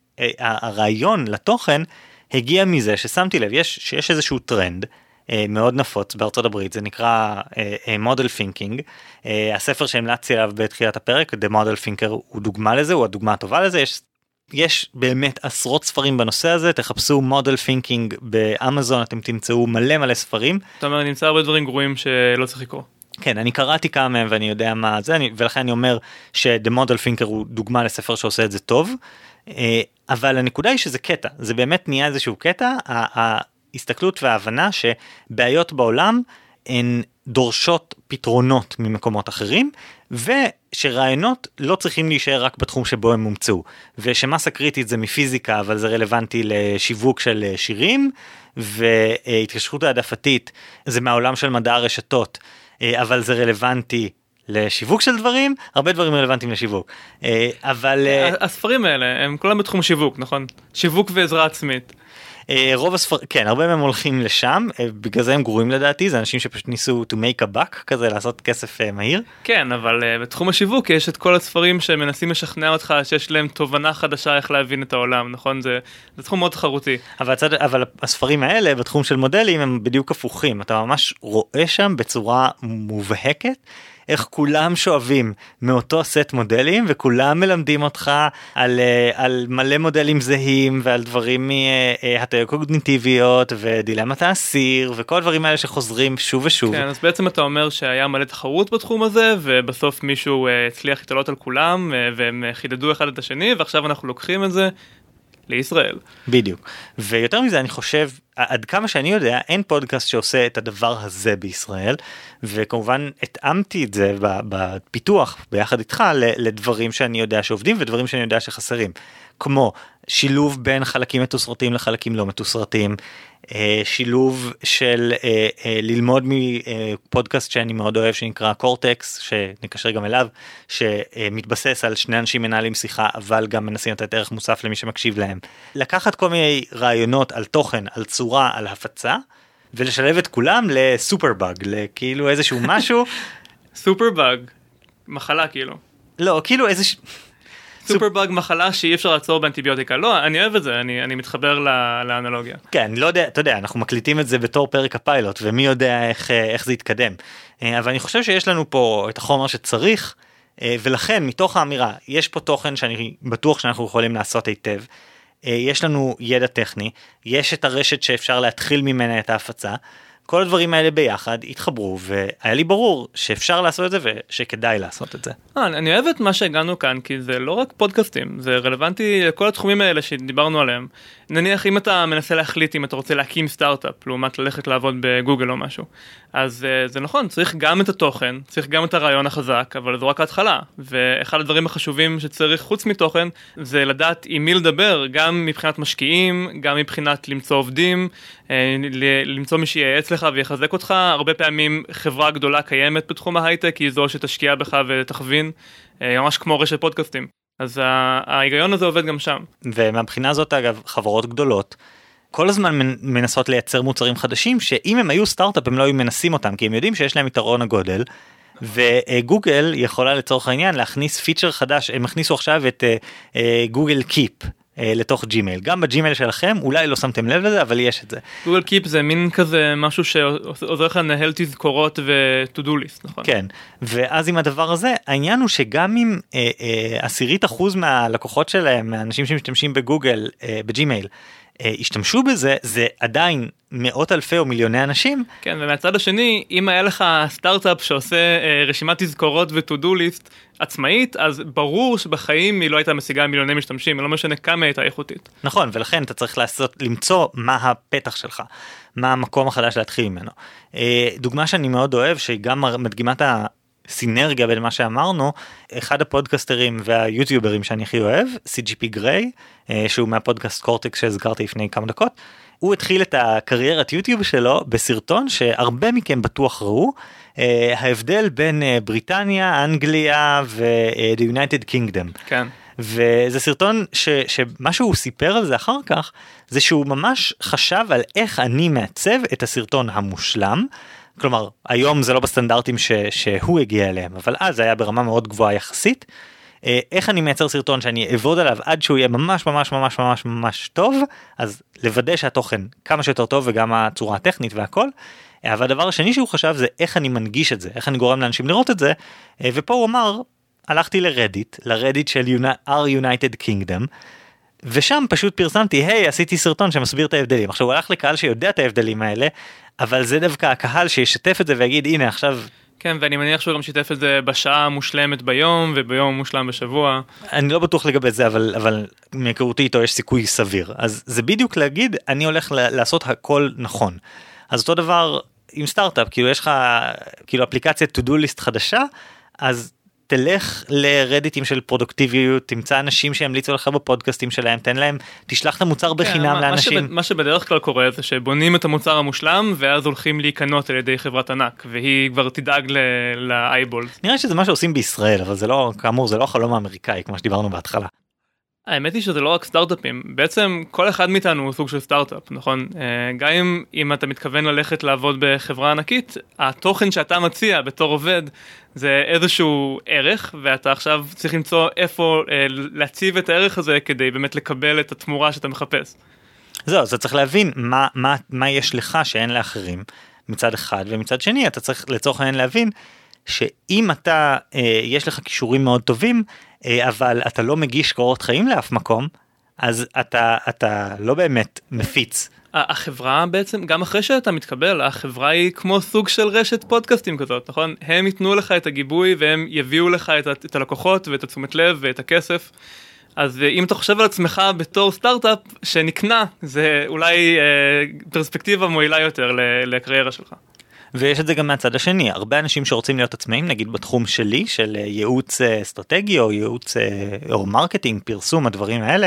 שהרעיון לתוכן הגיע מזה ששמתי לב, שיש איזשהו טרנד, מאוד נפוץ בארצות הברית, זה נקרא Model Thinking, הספר שהמלצתי עליו בתחילת הפרק, The Model Thinker הוא דוגמה לזה, הוא הדוגמה הטובה לזה, יש באמת עשרות ספרים בנושא הזה, תחפשו Model Thinking באמזון, אתם תמצאו מלא ספרים.
זאת אומרת, נמצא הרבה דברים גרועים שלא צריך לקרוא.
כן, אני קראתי כמה מהם ואני יודע מה זה, ולכן אני אומר ש-The Model Thinker הוא דוגמה לספר שעושה את זה טוב, אבל הנקודה היא שזה קטע, זה באמת נהיה איזשהו קטע, ההסתכלות וההבנה שבעיות בעולם הן דורשות פתרונות ממקומות אחרים, ושרעיונות לא צריכים להישאר רק בתחום שבו הם מומצאו, ושמסה קריטית זה מפיזיקה, אבל זה רלוונטי לשיווק של שירים, והתקשרות העדפתית זה מהעולם של מדע הרשתות, אבל זה רלוונטי לשיווק של דברים, הרבה דברים רלוונטיים לשיווק. אבל
הספרים האלה הם כולם בתחום שיווק, נכון? שיווק ועזרה עצמית.
רוב הספרים, כן, הרבה מהם הולכים לשם, בגלל זה הם גרועים לדעתי, זה אנשים שפשוט ניסו to make a buck, כזה לעשות כסף מהיר.
כן, אבל בתחום השיווק יש את כל הספרים שמנסים לשכנע אותך שיש להם תובנה חדשה איך להבין את העולם, נכון? זה תחום מאוד תחרותי.
אבל הספרים האלה בתחום של מודלים הם בדיוק הפוכים, אתה ממש רואה שם בצורה מובהקת איך כולם שואבים מאותו סט מודלים, וכולם מלמדים אותך על מלא מודלים זהים, ועל דברים מהטיות קוגניטיביות, ודילמת האסיר, וכל הדברים האלה שחוזרים שוב ושוב.
כן, אז בעצם אתה אומר שהיה מלא תחרות בתחום הזה, ובסוף מישהו הצליח להתעלות על כולם, והם חידדו אחד את השני, ועכשיו אנחנו לוקחים את זה לישראל.
בדיוק. ויותר מזה אני חושב, עד כמה שאני יודע, אין פודקאסט שעושה את הדבר הזה בישראל, וכמובן התאמתי את זה בפיתוח ביחד איתך לדברים שאני יודע שעובדים ודברים שאני יודע שחסרים. כמו שילוב בין חלקים מתוסרטים לחלקים לא מתוסרטים, שילוב של ללמוד מפודקאסט שאני מאוד אוהב שנקרא קורטקס, שנקשר גם אליו, שמתבסס על שני אנשים מנהלים שיחה, אבל גם מנסים לתת ערך מוסף למי שמקשיב להם. לקחת כל מיני רעיונות על תוכן, על צורה, על הפצה, ולשלב את כולם לסופר באג, לכאילו איזשהו משהו.
סופר באג, מחלה כאילו.
לא, כאילו
סופר באג מחלה שאי אפשר לעצור באנטיביוטיקה. לא, אני אוהב את זה, אני מתחבר לאנלוגיה.
כן, אני לא יודע, אתה יודע, אנחנו מקליטים את זה בתור פרק הפיילוט, ומי יודע איך זה יתקדם. אבל אני חושב שיש לנו פה את החומר שצריך, ולכן מתוך האמירה, יש פה תוכן שאני בטוח שאנחנו יכולים לעשות היטב, יש לנו ידע טכני, יש את הרשת שאפשר להתחיל ממנה את ההפצה, כל הדברים האלה ביחד התחברו, והיה לי ברור שאפשר לעשות את זה ושכדאי לעשות את זה.
אני אוהב את מה שהגענו כאן, כי זה לא רק פודקאסטים, זה רלוונטי לכל התחומים האלה שדיברנו עליהם. נניח אם אתה מנסה להחליט אם אתה רוצה להקים סטארט-אפ, לעומת ללכת לעבוד בגוגל או משהו, אז זה נכון, צריך גם את התוכן, צריך גם את הרעיון החזק, אבל זו רק ההתחלה. ואחד הדברים החשובים שצריך חוץ מתוכן, זה לדעת עם מי לדבר, גם מבחינת משקיעים, גם מבחינת למצוא עובדים, למצוא מי שייעץ לך ויחזק אותך. הרבה פעמים חברה גדולה קיימת בתחום ההייטק, היא זו שתשקיע בך ותכווין, ממש כמו רשת פודקאסטים. אז ההיגיון הזה עובד גם שם.
ומהבחינה הזאת, אגב, חברות גדולות, כל הזמן מנסות לייצר מוצרים חדשים, שאם הם היו סטארט-אפ הם לא היו מנסים אותם, כי הם יודעים שיש להם יתרון הגודל, וגוגל יכולה לצורך העניין להכניס פיצ'ר חדש, הם הכניסו עכשיו את גוגל קיפ, לתוך ג'ימייל. גם בג'ימייל שלכם, אולי לא שמתם לב לזה, אבל יש את זה.
גוגל קיפ זה מין כזה משהו שעוזר לך לנהל תזכורות ו-to-do list, נכון?
כן, ואז עם הדבר הזה, העניין הוא שגם אם 10% מהלקוחות שלהם, מהאנשים שמשתמשים בגוגל, בג'ימייל, השתמשו בזה, זה עדיין מאות אלפי או מיליוני אנשים.
כן, ומהצד השני, אם היה לך סטארט-אפ שעושה רשימת תזכורות ו-to-do list עצמאית, אז ברור שבחיים היא לא הייתה משיגה מיליוני משתמשים, היא לא משנה כמה הייתה איכותית.
נכון, ולכן אתה צריך למצוא מה הפתח שלך, מה המקום החדש להתחיל ממנו. דוגמה שאני מאוד אוהב, שהיא גם מדגימה את הסינרגיה בין מה שאמרנו, אחד הפודקאסטרים והיוטיוברים שאני הכי אוהב, CGP גריי, שהוא מהפודקאסט קורטקס שהזכרתי לפני כמה דקות, הוא התחיל את הקריירת יוטיוב שלו בסרטון שהרבה מכם בטוח ראו, ההבדל בין בריטניה, אנגליה ו-The United Kingdom.
כן.
וזה סרטון שמה שהוא סיפר על זה אחר כך, זה שהוא ממש חשב על איך אני מעצב את הסרטון המושלם, כלומר, היום זה לא בסטנדרטים שהוא הגיע אליהם, אבל אז זה היה ברמה מאוד גבוהה יחסית, איך אני מייצר סרטון שאני אעבוד עליו עד שהוא יהיה ממש ממש ממש ממש ממש טוב, אז לוודא שהתוכן כמה שיותר טוב וגם הצורה הטכנית והכל, אבל הדבר השני שהוא חשב זה איך אני מנגיש את זה, איך אני גורם לאנשים לראות את זה, ופה הוא אמר, הלכתי לרדיט של Our United Kingdom, ושם פשוט פרסמתי, היי, עשיתי סרטון שמסביר את ההבדלים. עכשיו הוא הלך לקהל שיודע את ההבדלים האלה, אבל זה דווקא הקהל שישתף את זה ויגיד, הנה עכשיו...
כן, ואני מניח שהוא גם שיתף את זה בשעה מושלמת ביום, וביום מושלם בשבוע.
אני לא בטוח לגבי זה, אבל מהיכרותי איתו יש סיכוי סביר. אז זה בדיוק להגיד, אני הולך לעשות הכל נכון. אז אותו דבר עם סטארט-אפ, כאילו יש לך, כאילו אפליקציית to-do list חדשה, אז תלך לרדיטים של פרודוקטיביות, תמצא אנשים שימליצו לך בפודקאסטים שלהם, תן להם, תשלח את המוצר בחינם לאנשים.
מה שבדרך כלל קורה זה שבונים את המוצר המושלם, ואז הולכים להיקנות על ידי חברת ענק, והיא כבר תדאג לאייבול.
נראה שזה מה שעושים בישראל, אבל זה לא, כאמור, זה לא החלום האמריקאי, כמו שדיברנו בהתחלה.
האמת היא שזה לא רק סטארט-אפים, בעצם כל אחד מאיתנו הוא סוג של סטארט-אפ, נכון? גם אם אתה מתכוון ללכת לעבוד בחברה ענקית, התוכן שאתה מציע בתור עובד זה איזשהו ערך, ואתה עכשיו צריך למצוא איפה להציב את הערך הזה כדי באמת לקבל את התמורה שאתה מחפש.
זהו, אז אתה צריך להבין מה יש לך שאין לאחרים מצד אחד, ומצד שני אתה צריך לצורך העניין להבין שאם אתה, יש לך כישורים מאוד טובים, אבל אתה לא מגיש קורות חיים לאף מקום, אז אתה לא באמת מפיץ.
החברה בעצם, גם אחרי שאתה מתקבל, החברה היא כמו סוג של רשת פודקאסטים כזאת, נכון? הם ייתנו לך את הגיבוי והם יביאו לך את הלקוחות ואת התשומת לב ואת הכסף. אז אם אתה חושב על עצמך בתור סטארט-אפ שנקנה, זה אולי פרספקטיבה מועילה יותר לקריירה שלך.
ויש את זה גם מהצד השני, הרבה אנשים שרוצים להיות עצמאים, נגיד בתחום שלי, של ייעוץ אסטרטגי או ייעוץ או מרקטינג, פרסום, הדברים האלה,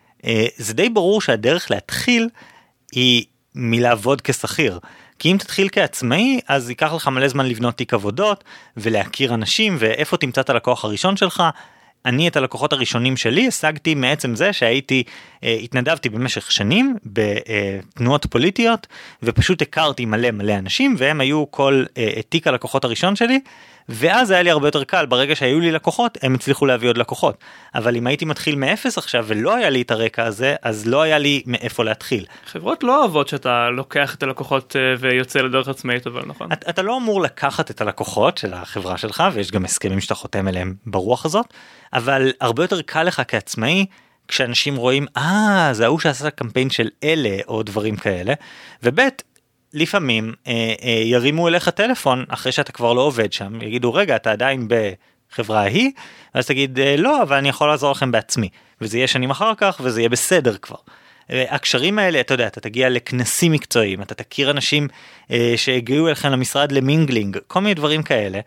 זה די ברור שהדרך להתחיל היא מלעבוד כשכיר. כי אם תתחיל כעצמאי, אז ייקח לך מלא זמן לבנות תיק עבודות, ולהכיר אנשים, ואיפה תמצא את הלקוח הראשון שלך. אני את הלקוחות הראשונים שלי השגתי מעצם זה שהייתי, התנדבתי במשך שנים בתנועות פוליטיות, ופשוט הכרתי מלא אנשים, והם היו כל תיק הלקוחות הראשון שלי, ואז היה לי הרבה יותר קל, ברגע שהיו לי לקוחות, הם הצליחו להביא עוד לקוחות. אבל אם הייתי מתחיל מאפס עכשיו, ולא היה לי את הרקע הזה, אז לא היה לי מאיפה להתחיל.
חברות לא אוהבות שאתה לוקח את הלקוחות ויוצא לדרך עצמאית, אבל נכון.
אתה לא אמור לקחת את הלקוחות של החברה שלך, ויש גם הסכמים שאתה חותם אליהם ברוח הזאת, אבל הרבה יותר קל לך כעצמאי, כשאנשים רואים, זה ההוא שעשה קמפיין של אלה, או דברים כאלה, ובית, לפעמים ירימו אליך טלפון אחרי שאתה כבר לא עובד שם, יגידו רגע אתה עדיין בחברה ההיא, אז תגיד לא אבל אני יכול לעזור לכם בעצמי, וזה יהיה שנים אחר כך וזה יהיה בסדר כבר. הקשרים האלה, אתה יודע, אתה תגיע לכנסים מקצועיים, אתה תכיר אנשים שהגיעו אליכם למשרד למינגלינג, כל מיני דברים כאלה,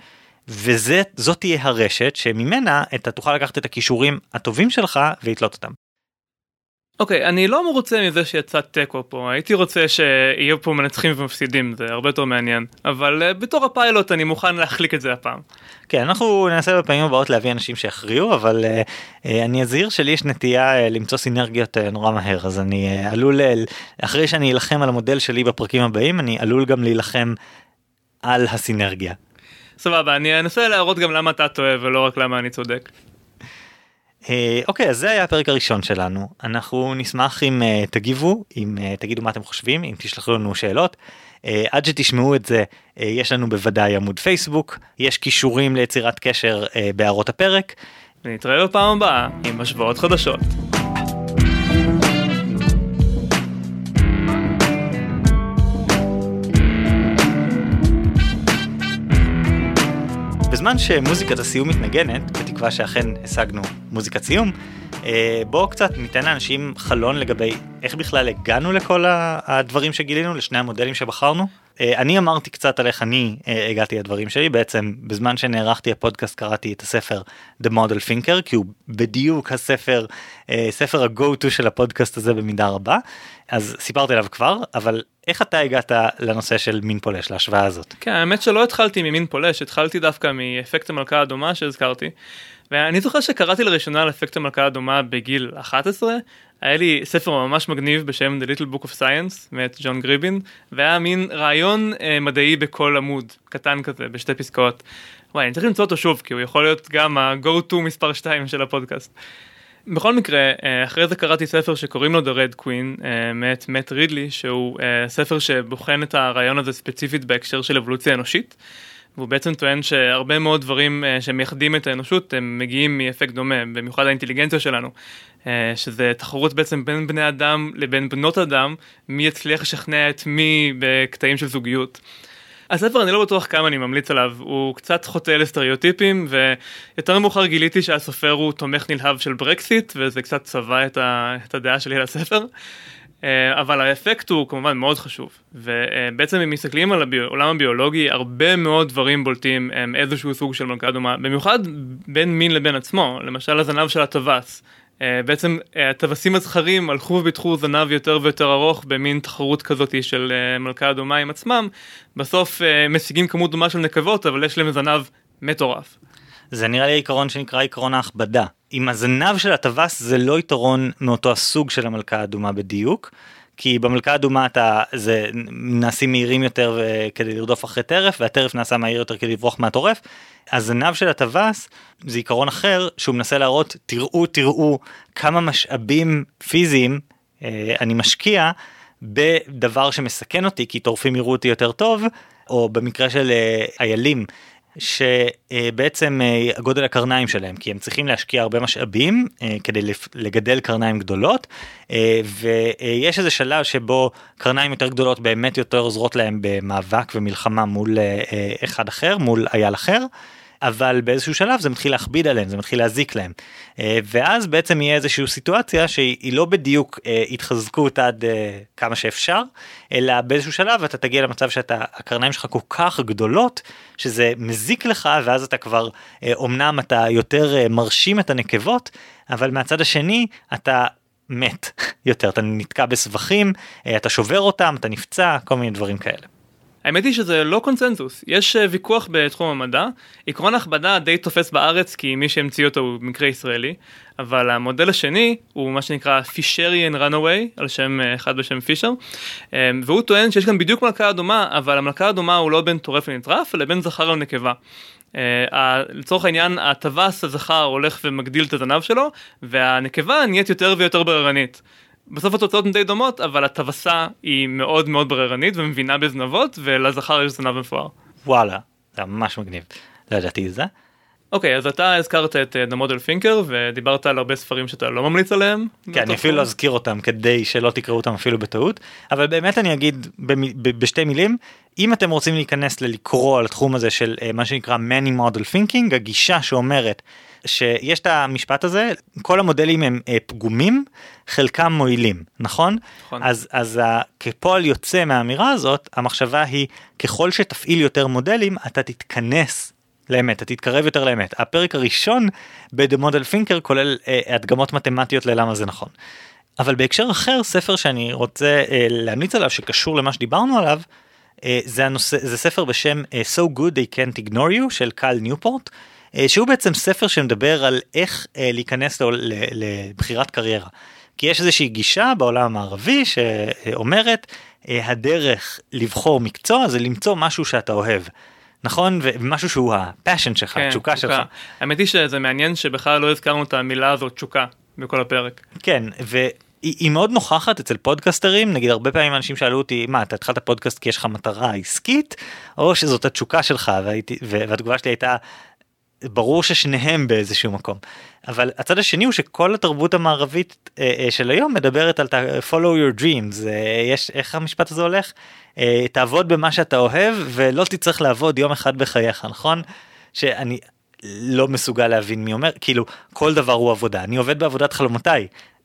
וזאת תהיה הרשת שממנה אתה תוכל לקחת את הכישורים הטובים שלך ולתלות אותם.
אוקיי, אני לא מרוצה מזה שיצא טקו פה, הייתי רוצה שיהיו פה מנצחים ומפסידים, זה הרבה יותר מעניין, אבל בתור הפיילוט אני מוכן להחליק את זה הפעם.
כן, אנחנו ננסה בפעמים הבאות להביא אנשים שיכריעו, אבל אני אזהיר שלי יש נטייה למצוא סינרגיות נורא מהר, אז אני עלול, אחרי שאני אלחם על המודל שלי בפרקים הבאים, אני עלול גם להילחם על הסינרגיה.
סבבה, אני אנסה להראות גם למה אתה טועה ולא רק למה אני צודק.
אוקיי, אז זה היה הפרק הראשון שלנו. אנחנו נשמח אם תגיבו, אם תגידו מה אתם חושבים, אם תשלחו לנו שאלות. עד שתשמעו את זה, יש לנו בוודאי עמוד פייסבוק, יש קישורים ליצירת קשר בהערות הפרק.
ונתראה בפעם הבאה עם השוואות חדשות.
בזמן שמוזיקת הסיום מתנגנת, בתקווה שאכן השגנו מוזיקת סיום, בואו קצת ניתן לאנשים חלון לגבי איך בכלל הגענו לכל הדברים שגילינו, לשני המודלים שבחרנו. אני אמרתי קצת על איך אני הגעתי לדברים שלי, בעצם בזמן שנערכתי הפודקאסט קראתי את הספר The Model Thinker, כי הוא בדיוק ספר ה-go-to של הפודקאסט הזה במידה רבה, אז סיפרתי עליו כבר, אבל איך אתה הגעת לנושא של מין פולש, להשוואה הזאת?
כן, האמת שלא התחלתי ממין פולש, התחלתי דווקא מאפקט המלכה האדומה שהזכרתי, ואני זוכר שקראתי לראשונה על אפקט המלכה האדומה בגיל 11, היה לי ספר ממש מגניב בשם The Little Book of Science, מאת ג'ון גריבין, והיה מין רעיון מדעי בכל עמוד, קטן כזה, בשתי פסקאות. וואי, אני צריך למצוא אותו שוב, כי הוא יכול להיות גם ה-go-to מספר 2 של הפודקאסט. בכל מקרה, אחרי זה קראתי ספר שקוראים לו The Red Queen, מאת מאט רידלי, שהוא ספר שבוחן את הרעיון הזה ספציפית בהקשר של אבולוציה אנושית, והוא בעצם טוען שהרבה מאוד דברים שמייחדים את האנושות, הם מגיעים מאפקט דומה, במיוחד האינטליגנציה שלנו, שזה תחרות בעצם בין בני אדם לבין בנות אדם, מי יצליח לשכנע את מי בקטעים של זוגיות. הספר אני לא בטוח כמה אני ממליץ עליו, הוא קצת חוטא לסטריאוטיפים, ויותר מאוחר גיליתי שהסופר הוא תומך נלהב של ברקסיט, וזה קצת צבע את הדעה שלי על הספר, אבל האפקט הוא כמובן מאוד חשוב, ובעצם אם מסתכלים על העולם הביולוגי, הרבה מאוד דברים בולטים הם איזשהו סוג של מלכה דומה, במיוחד בין מין לבין עצמו, למשל הזנב של הטווס, בעצם הטווסים הזכרים הלכו וביטחו זנב יותר ויותר ארוך במין תחרות כזאת של מלכה דומה עם עצמם, בסוף משיגים כמות דומה של נקבות, אבל יש להם זנב מטורף.
זה נראה לי עיקרון שנקרא עיקרון ההכבדה. אם הזנב של הטווס זה לא יתרון מאותו הסוג של המלכה האדומה בדיוק, כי במלכה האדומה זה נעשים מהירים יותר כדי לרדוף אחרי טרף, והטרף נעשה מהיר יותר כדי לברוח מהטורף. הזנב של הטווס זה עיקרון אחר שהוא מנסה להראות, תראו כמה משאבים פיזיים אני משקיע בדבר שמסכן אותי, כי טורפים יראו אותי יותר טוב, או במקרה של איילים, שבעצם גודל הקרניים שלהם, כי הם צריכים להשקיע הרבה משאבים כדי לגדל קרניים גדולות, ויש איזה שלב שבו קרניים יותר גדולות באמת יותר עוזרות להם במאבק ומלחמה מול אחד אחר, מול אייל אחר, אבל באיזשהו שלב זה מתחיל להכביד עליהם, זה מתחיל להזיק להם. ואז בעצם יהיה איזושהי סיטואציה שהיא לא בדיוק התחזקות עד כמה שאפשר, אלא באיזשהו שלב אתה תגיע למצב שהקרניים שלך כל כך גדולות, שזה מזיק לך, ואז אתה כבר, אומנם אתה יותר מרשים את הנקבות, אבל מהצד השני אתה מת יותר, אתה נתקע בסבכים, אתה שובר אותם, אתה נפצע, כל מיני דברים כאלה.
האמת היא שזה לא קונצנזוס, יש ויכוח בתחום המדע, עקרון ההכבדה די תופס בארץ כי מי שהמציא אותו הוא מקרה ישראלי, אבל המודל השני הוא מה שנקרא Fisherian Runaway, על שם אחד בשם פישר, והוא טוען שיש כאן בדיוק מלכה אדומה, אבל המלכה האדומה הוא לא בין טורף לנטרף, אלא בין זכר לנקבה. לצורך העניין, הטווס הזכר הולך ומגדיל את הזנב שלו, והנקבה נהיית יותר ויותר בררנית. בסוף התוצאות הן די דומות, אבל הטווסה היא מאוד מאוד בררנית ומבינה בזנבות, ולזכר יש זנב מפואר.
וואלה, זה ממש מגניב. לא ידעתי את זה.
אוקיי, אז אתה הזכרת את The Model Thinker, ודיברת על הרבה ספרים שאתה לא ממליץ עליהם.
כן, אני אפילו לא אזכיר אותם, כדי שלא תקראו אותם אפילו בטעות, אבל באמת אני אגיד בשתי מילים, אם אתם רוצים להיכנס לקרוא על התחום הזה של מה שנקרא Many Model Thinking, הגישה שאומרת שיש את המשפט הזה, כל המודלים הם פגומים, חלקם מועילים, נכון?
נכון.
אז כפועל יוצא מהאמירה הזאת, המחשבה היא, ככל שתפעיל יותר מודלים, אתה תתכנס לאמת, אתה תתקרב יותר לאמת. הפרק הראשון ב-The Model Thinker כולל הדגמות מתמטיות ללמה זה נכון. אבל בהקשר אחר, ספר שאני רוצה להמליץ עליו, שקשור למה שדיברנו עליו, זה ספר בשם So Good They Can't Ignore You, של קל ניופורט, שהוא בעצם ספר שמדבר על איך להיכנס לבחירת קריירה. כי יש איזושהי גישה בעולם המערבי שאומרת, הדרך לבחור מקצוע זה למצוא משהו שאתה אוהב. נכון? ומשהו שהוא הפאשן שלך,
כן,
תשוקה שלך.
האמת היא שזה מעניין שבכלל לא הזכרנו את המילה הזאת, תשוקה, בכל הפרק.
כן, והיא מאוד נוכחת אצל פודקסטרים, נגיד הרבה פעמים אנשים שאלו אותי, מה, אתה התחלת פודקאסט כי יש לך מטרה עסקית, או שזאת התשוקה שלך, והתגובה שלי הייתה, ברור ששניהם באיזשהו מקום. אבל הצד השני הוא שכל התרבות המערבית של היום מדברת על follow your dreams. איך המשפט הזה הולך? תעבוד במה שאתה אוהב ולא תצטרך לעבוד יום אחד בחייך, נכון? שאני לא מסוגל להבין מי אומר, כאילו כל דבר הוא עבודה. אני עובד בעבודת חלומותיי,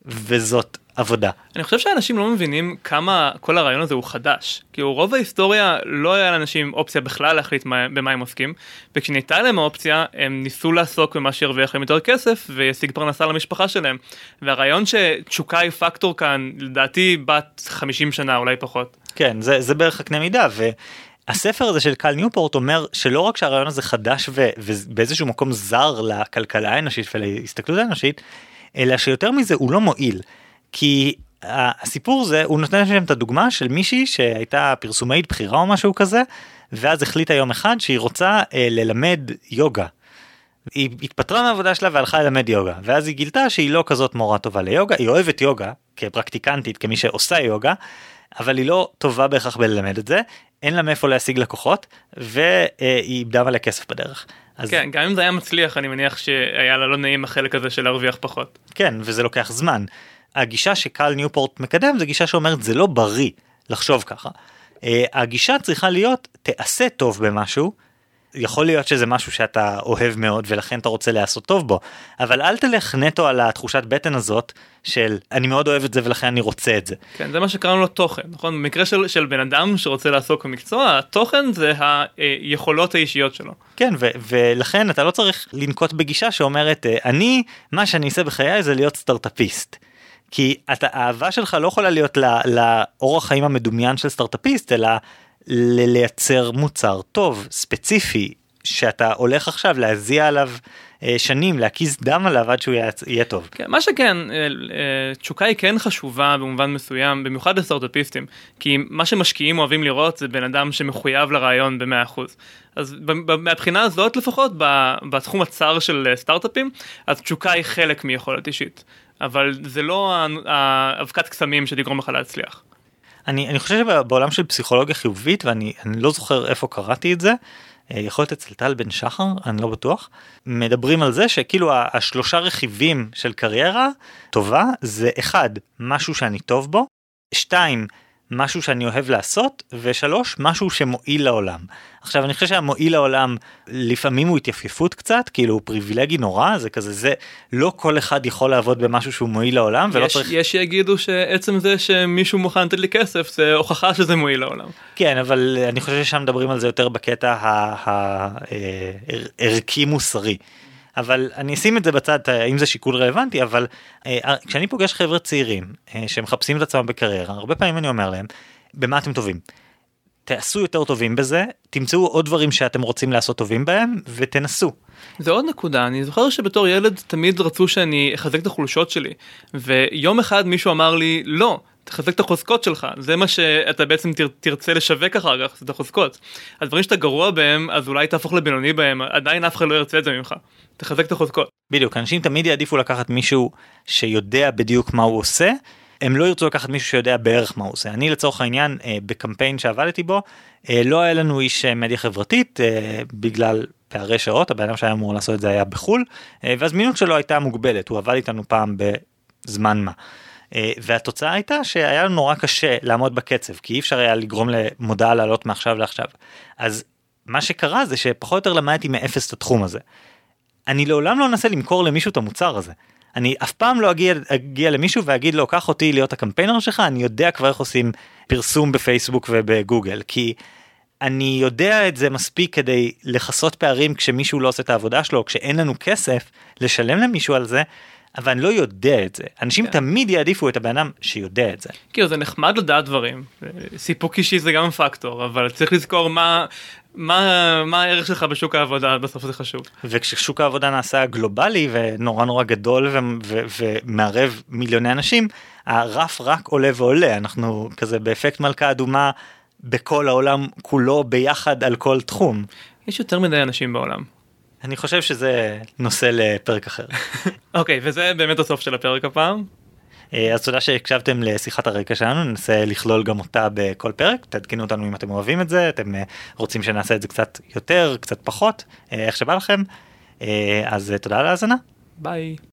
וזאת עבודה.
אני חושב שאנשים לא מבינים כמה כל הרעיון הזה הוא חדש. כי רוב ההיסטוריה לא היה לאנשים אופציה בכלל להחליט במה הם עוסקים, וכשניתנה להם האופציה, הם ניסו לעסוק במה שירוויח להם יותר כסף, וישיג פרנסה למשפחה שלהם. והרעיון שתשוקה היא פקטור כאן, לדעתי בת 50 שנה, אולי פחות.
כן, זה בערך הקנה מידה, והספר הזה של קל ניופורט אומר שלא רק שהרעיון הזה חדש ובאיזשהו מקום זר לכלכלה האנושית ולהסתכלות האנושית, אלא שיותר מזה הוא לא מועיל. כי הסיפור זה, הוא נותן שם את הדוגמה של מישהי שהייתה פרסומאית בחירה או משהו כזה, ואז החליטה יום אחד שהיא רוצה ללמד יוגה. היא התפטרה מהעבודה שלה והלכה ללמד יוגה, ואז היא גילתה שהיא לא כזאת מורה טובה ליוגה, היא אוהבת יוגה כפרקטיקנטית, כמי שעושה יוגה, אבל היא לא טובה בהכרח בללמד את זה, אין לה מאיפה להשיג לקוחות, והיא איבדה מלא כסף בדרך.
כן, גם אם זה היה מצליח, אני מניח שהיה לה לא נעים החלק הזה של להרוויח פחות.
כן, וזה לוקח זמן. הגישה שקל ניופורט מקדם, זה גישה שאומרת, זה לא בריא לחשוב ככה. הגישה צריכה להיות, תעשה טוב במשהו, יכול להיות שזה משהו שאתה אוהב מאוד, ולכן אתה רוצה לעשות טוב בו, אבל אל תלך נטו על התחושת בטן הזאת, של אני מאוד אוהב את זה, ולכן אני רוצה את זה.
כן, זה מה שקראנו לו תוכן, נכון? במקרה של בן אדם שרוצה לעסוק במקצוע, התוכן זה היכולות האישיות שלו.
כן, ולכן אתה לא צריך לנקוט בגישה שאומרת, מה שאני אעשה בחיי זה להיות סטארט-אפיסט. כי האהבה שלך לא יכולה להיות לאורח חיים המדומיין של סטארט-אפיסט, אלא לייצר מוצר טוב, ספציפי, שאתה הולך עכשיו להזיע עליו שנים, להקיז דם עליו עד שהוא יהיה טוב.
כן, מה שכן, תשוקה היא כן חשובה במובן מסוים, במיוחד לסטארט-אפיסטים, כי מה שמשקיעים אוהבים לראות זה בן אדם שמחויב לרעיון ב100%. אז מהבחינה הזאת לפחות, בתחום הצר של סטארט-אפים, אז תשוקה היא חלק מיכולת אישית. אבל זה לא האבקת קסמים שתגרום לך להצליח.
אני חושב שבעולם של פסיכולוגיה חיובית, ואני לא זוכר איפה קראתי את זה, יכול להיות אצל טל בן שחר, אני לא בטוח, מדברים על זה שכאילו השלושה רכיבים של קריירה טובה, זה 1, משהו שאני טוב בו, 2, משהו שאני אוהב לעשות, ו3, משהו שמועיל לעולם. עכשיו אני חושב שהמועיל לעולם, לפעמים הוא התייפיפות קצת, כאילו הוא פריבילגי נורא, זה כזה, זה לא כל אחד יכול לעבוד במשהו שהוא מועיל לעולם, ולא צריך...
יש שיגידו שעצם זה שמישהו מוכן לתת לי כסף, זה הוכחה שזה מועיל לעולם.
כן, אבל אני חושב ששם מדברים על זה יותר בקטע הערכי מוסרי. אבל אני אשים את זה בצד, אם זה שיקול רלוונטי, אבל כשאני פוגש חבר'ה צעירים שמחפשים את עצמם בקריירה, הרבה פעמים אני אומר להם, במה אתם טובים? תעשו יותר טובים בזה, תמצאו עוד דברים שאתם רוצים לעשות טובים בהם, ותנסו.
זה עוד נקודה, אני זוכר שבתור ילד תמיד רצו שאני אחזק את החולשות שלי, ויום אחד מישהו אמר לי, לא, תחזק את החוזקות שלך, זה מה שאתה בעצם תרצה לשווק אחר כך, זה את החוזקות. הדברים שאתה גרוע בהם, אז אולי תהפוך לבינוני בהם, עדיין אף אחד לא ירצה את זה ממך. תחזק את החוזקות.
בדיוק, אנשים תמיד יעדיפו לקחת מישהו שיודע בדיוק מה הוא עושה, הם לא ירצו לקחת מישהו שיודע בערך מה הוא עושה. אני לצורך העניין, בקמפיין שעבדתי בו, לא היה לנו איש מדיה חברתית, בגלל פערי שעות, הבן אדם שהיה אמור לעשות את זה היה בחול, והזמינות שלו הייתה מוגבלת, הוא עבד איתנו פעם בזמן מה. והתוצאה הייתה שהיה לנו נורא קשה לעמוד בקצב, כי אי אפשר היה לגרום למודעה לעלות מעכשיו לעכשיו. אז מה שקרה זה שפחות או יותר למדתי מאפס את התחום הזה. אני לעולם לא אנסה למכור למישהו את המוצר הזה. אני אף פעם לא אגיע למישהו ואגיד לו, קח אותי להיות הקמפיינר שלך, אני יודע כבר איך עושים פרסום בפייסבוק ובגוגל, כי אני יודע את זה מספיק כדי לחסות פערים כשמישהו לא עושה את העבודה שלו, כשאין לנו כסף לשלם למישהו על זה, אבל אני לא יודע את זה. אנשים תמיד יעדיפו את הבן אדם שיודע את זה.
כאילו זה נחמד לדעת דברים, סיפוק אישי זה גם פקטור, אבל צריך לזכור מה הערך שלך בשוק העבודה, בסוף זה חשוב.
וכששוק העבודה נעשה גלובלי ונורא נורא גדול ומערב מיליוני אנשים, הרף רק עולה ועולה, אנחנו כזה באפקט מלכה אדומה בכל העולם כולו ביחד על כל תחום.
יש יותר מדי אנשים בעולם.
אני חושב שזה נושא לפרק אחר.
אוקיי, וזה באמת הסוף של הפרק הפעם.
אז תודה שהקשבתם לשיחת הרקע שלנו, ננסה לכלול גם אותה בכל פרק, תעדכנו אותנו אם אתם אוהבים את זה, אתם רוצים שנעשה את זה קצת יותר, קצת פחות, איך שבא לכם, אז תודה על ההאזנה.
ביי.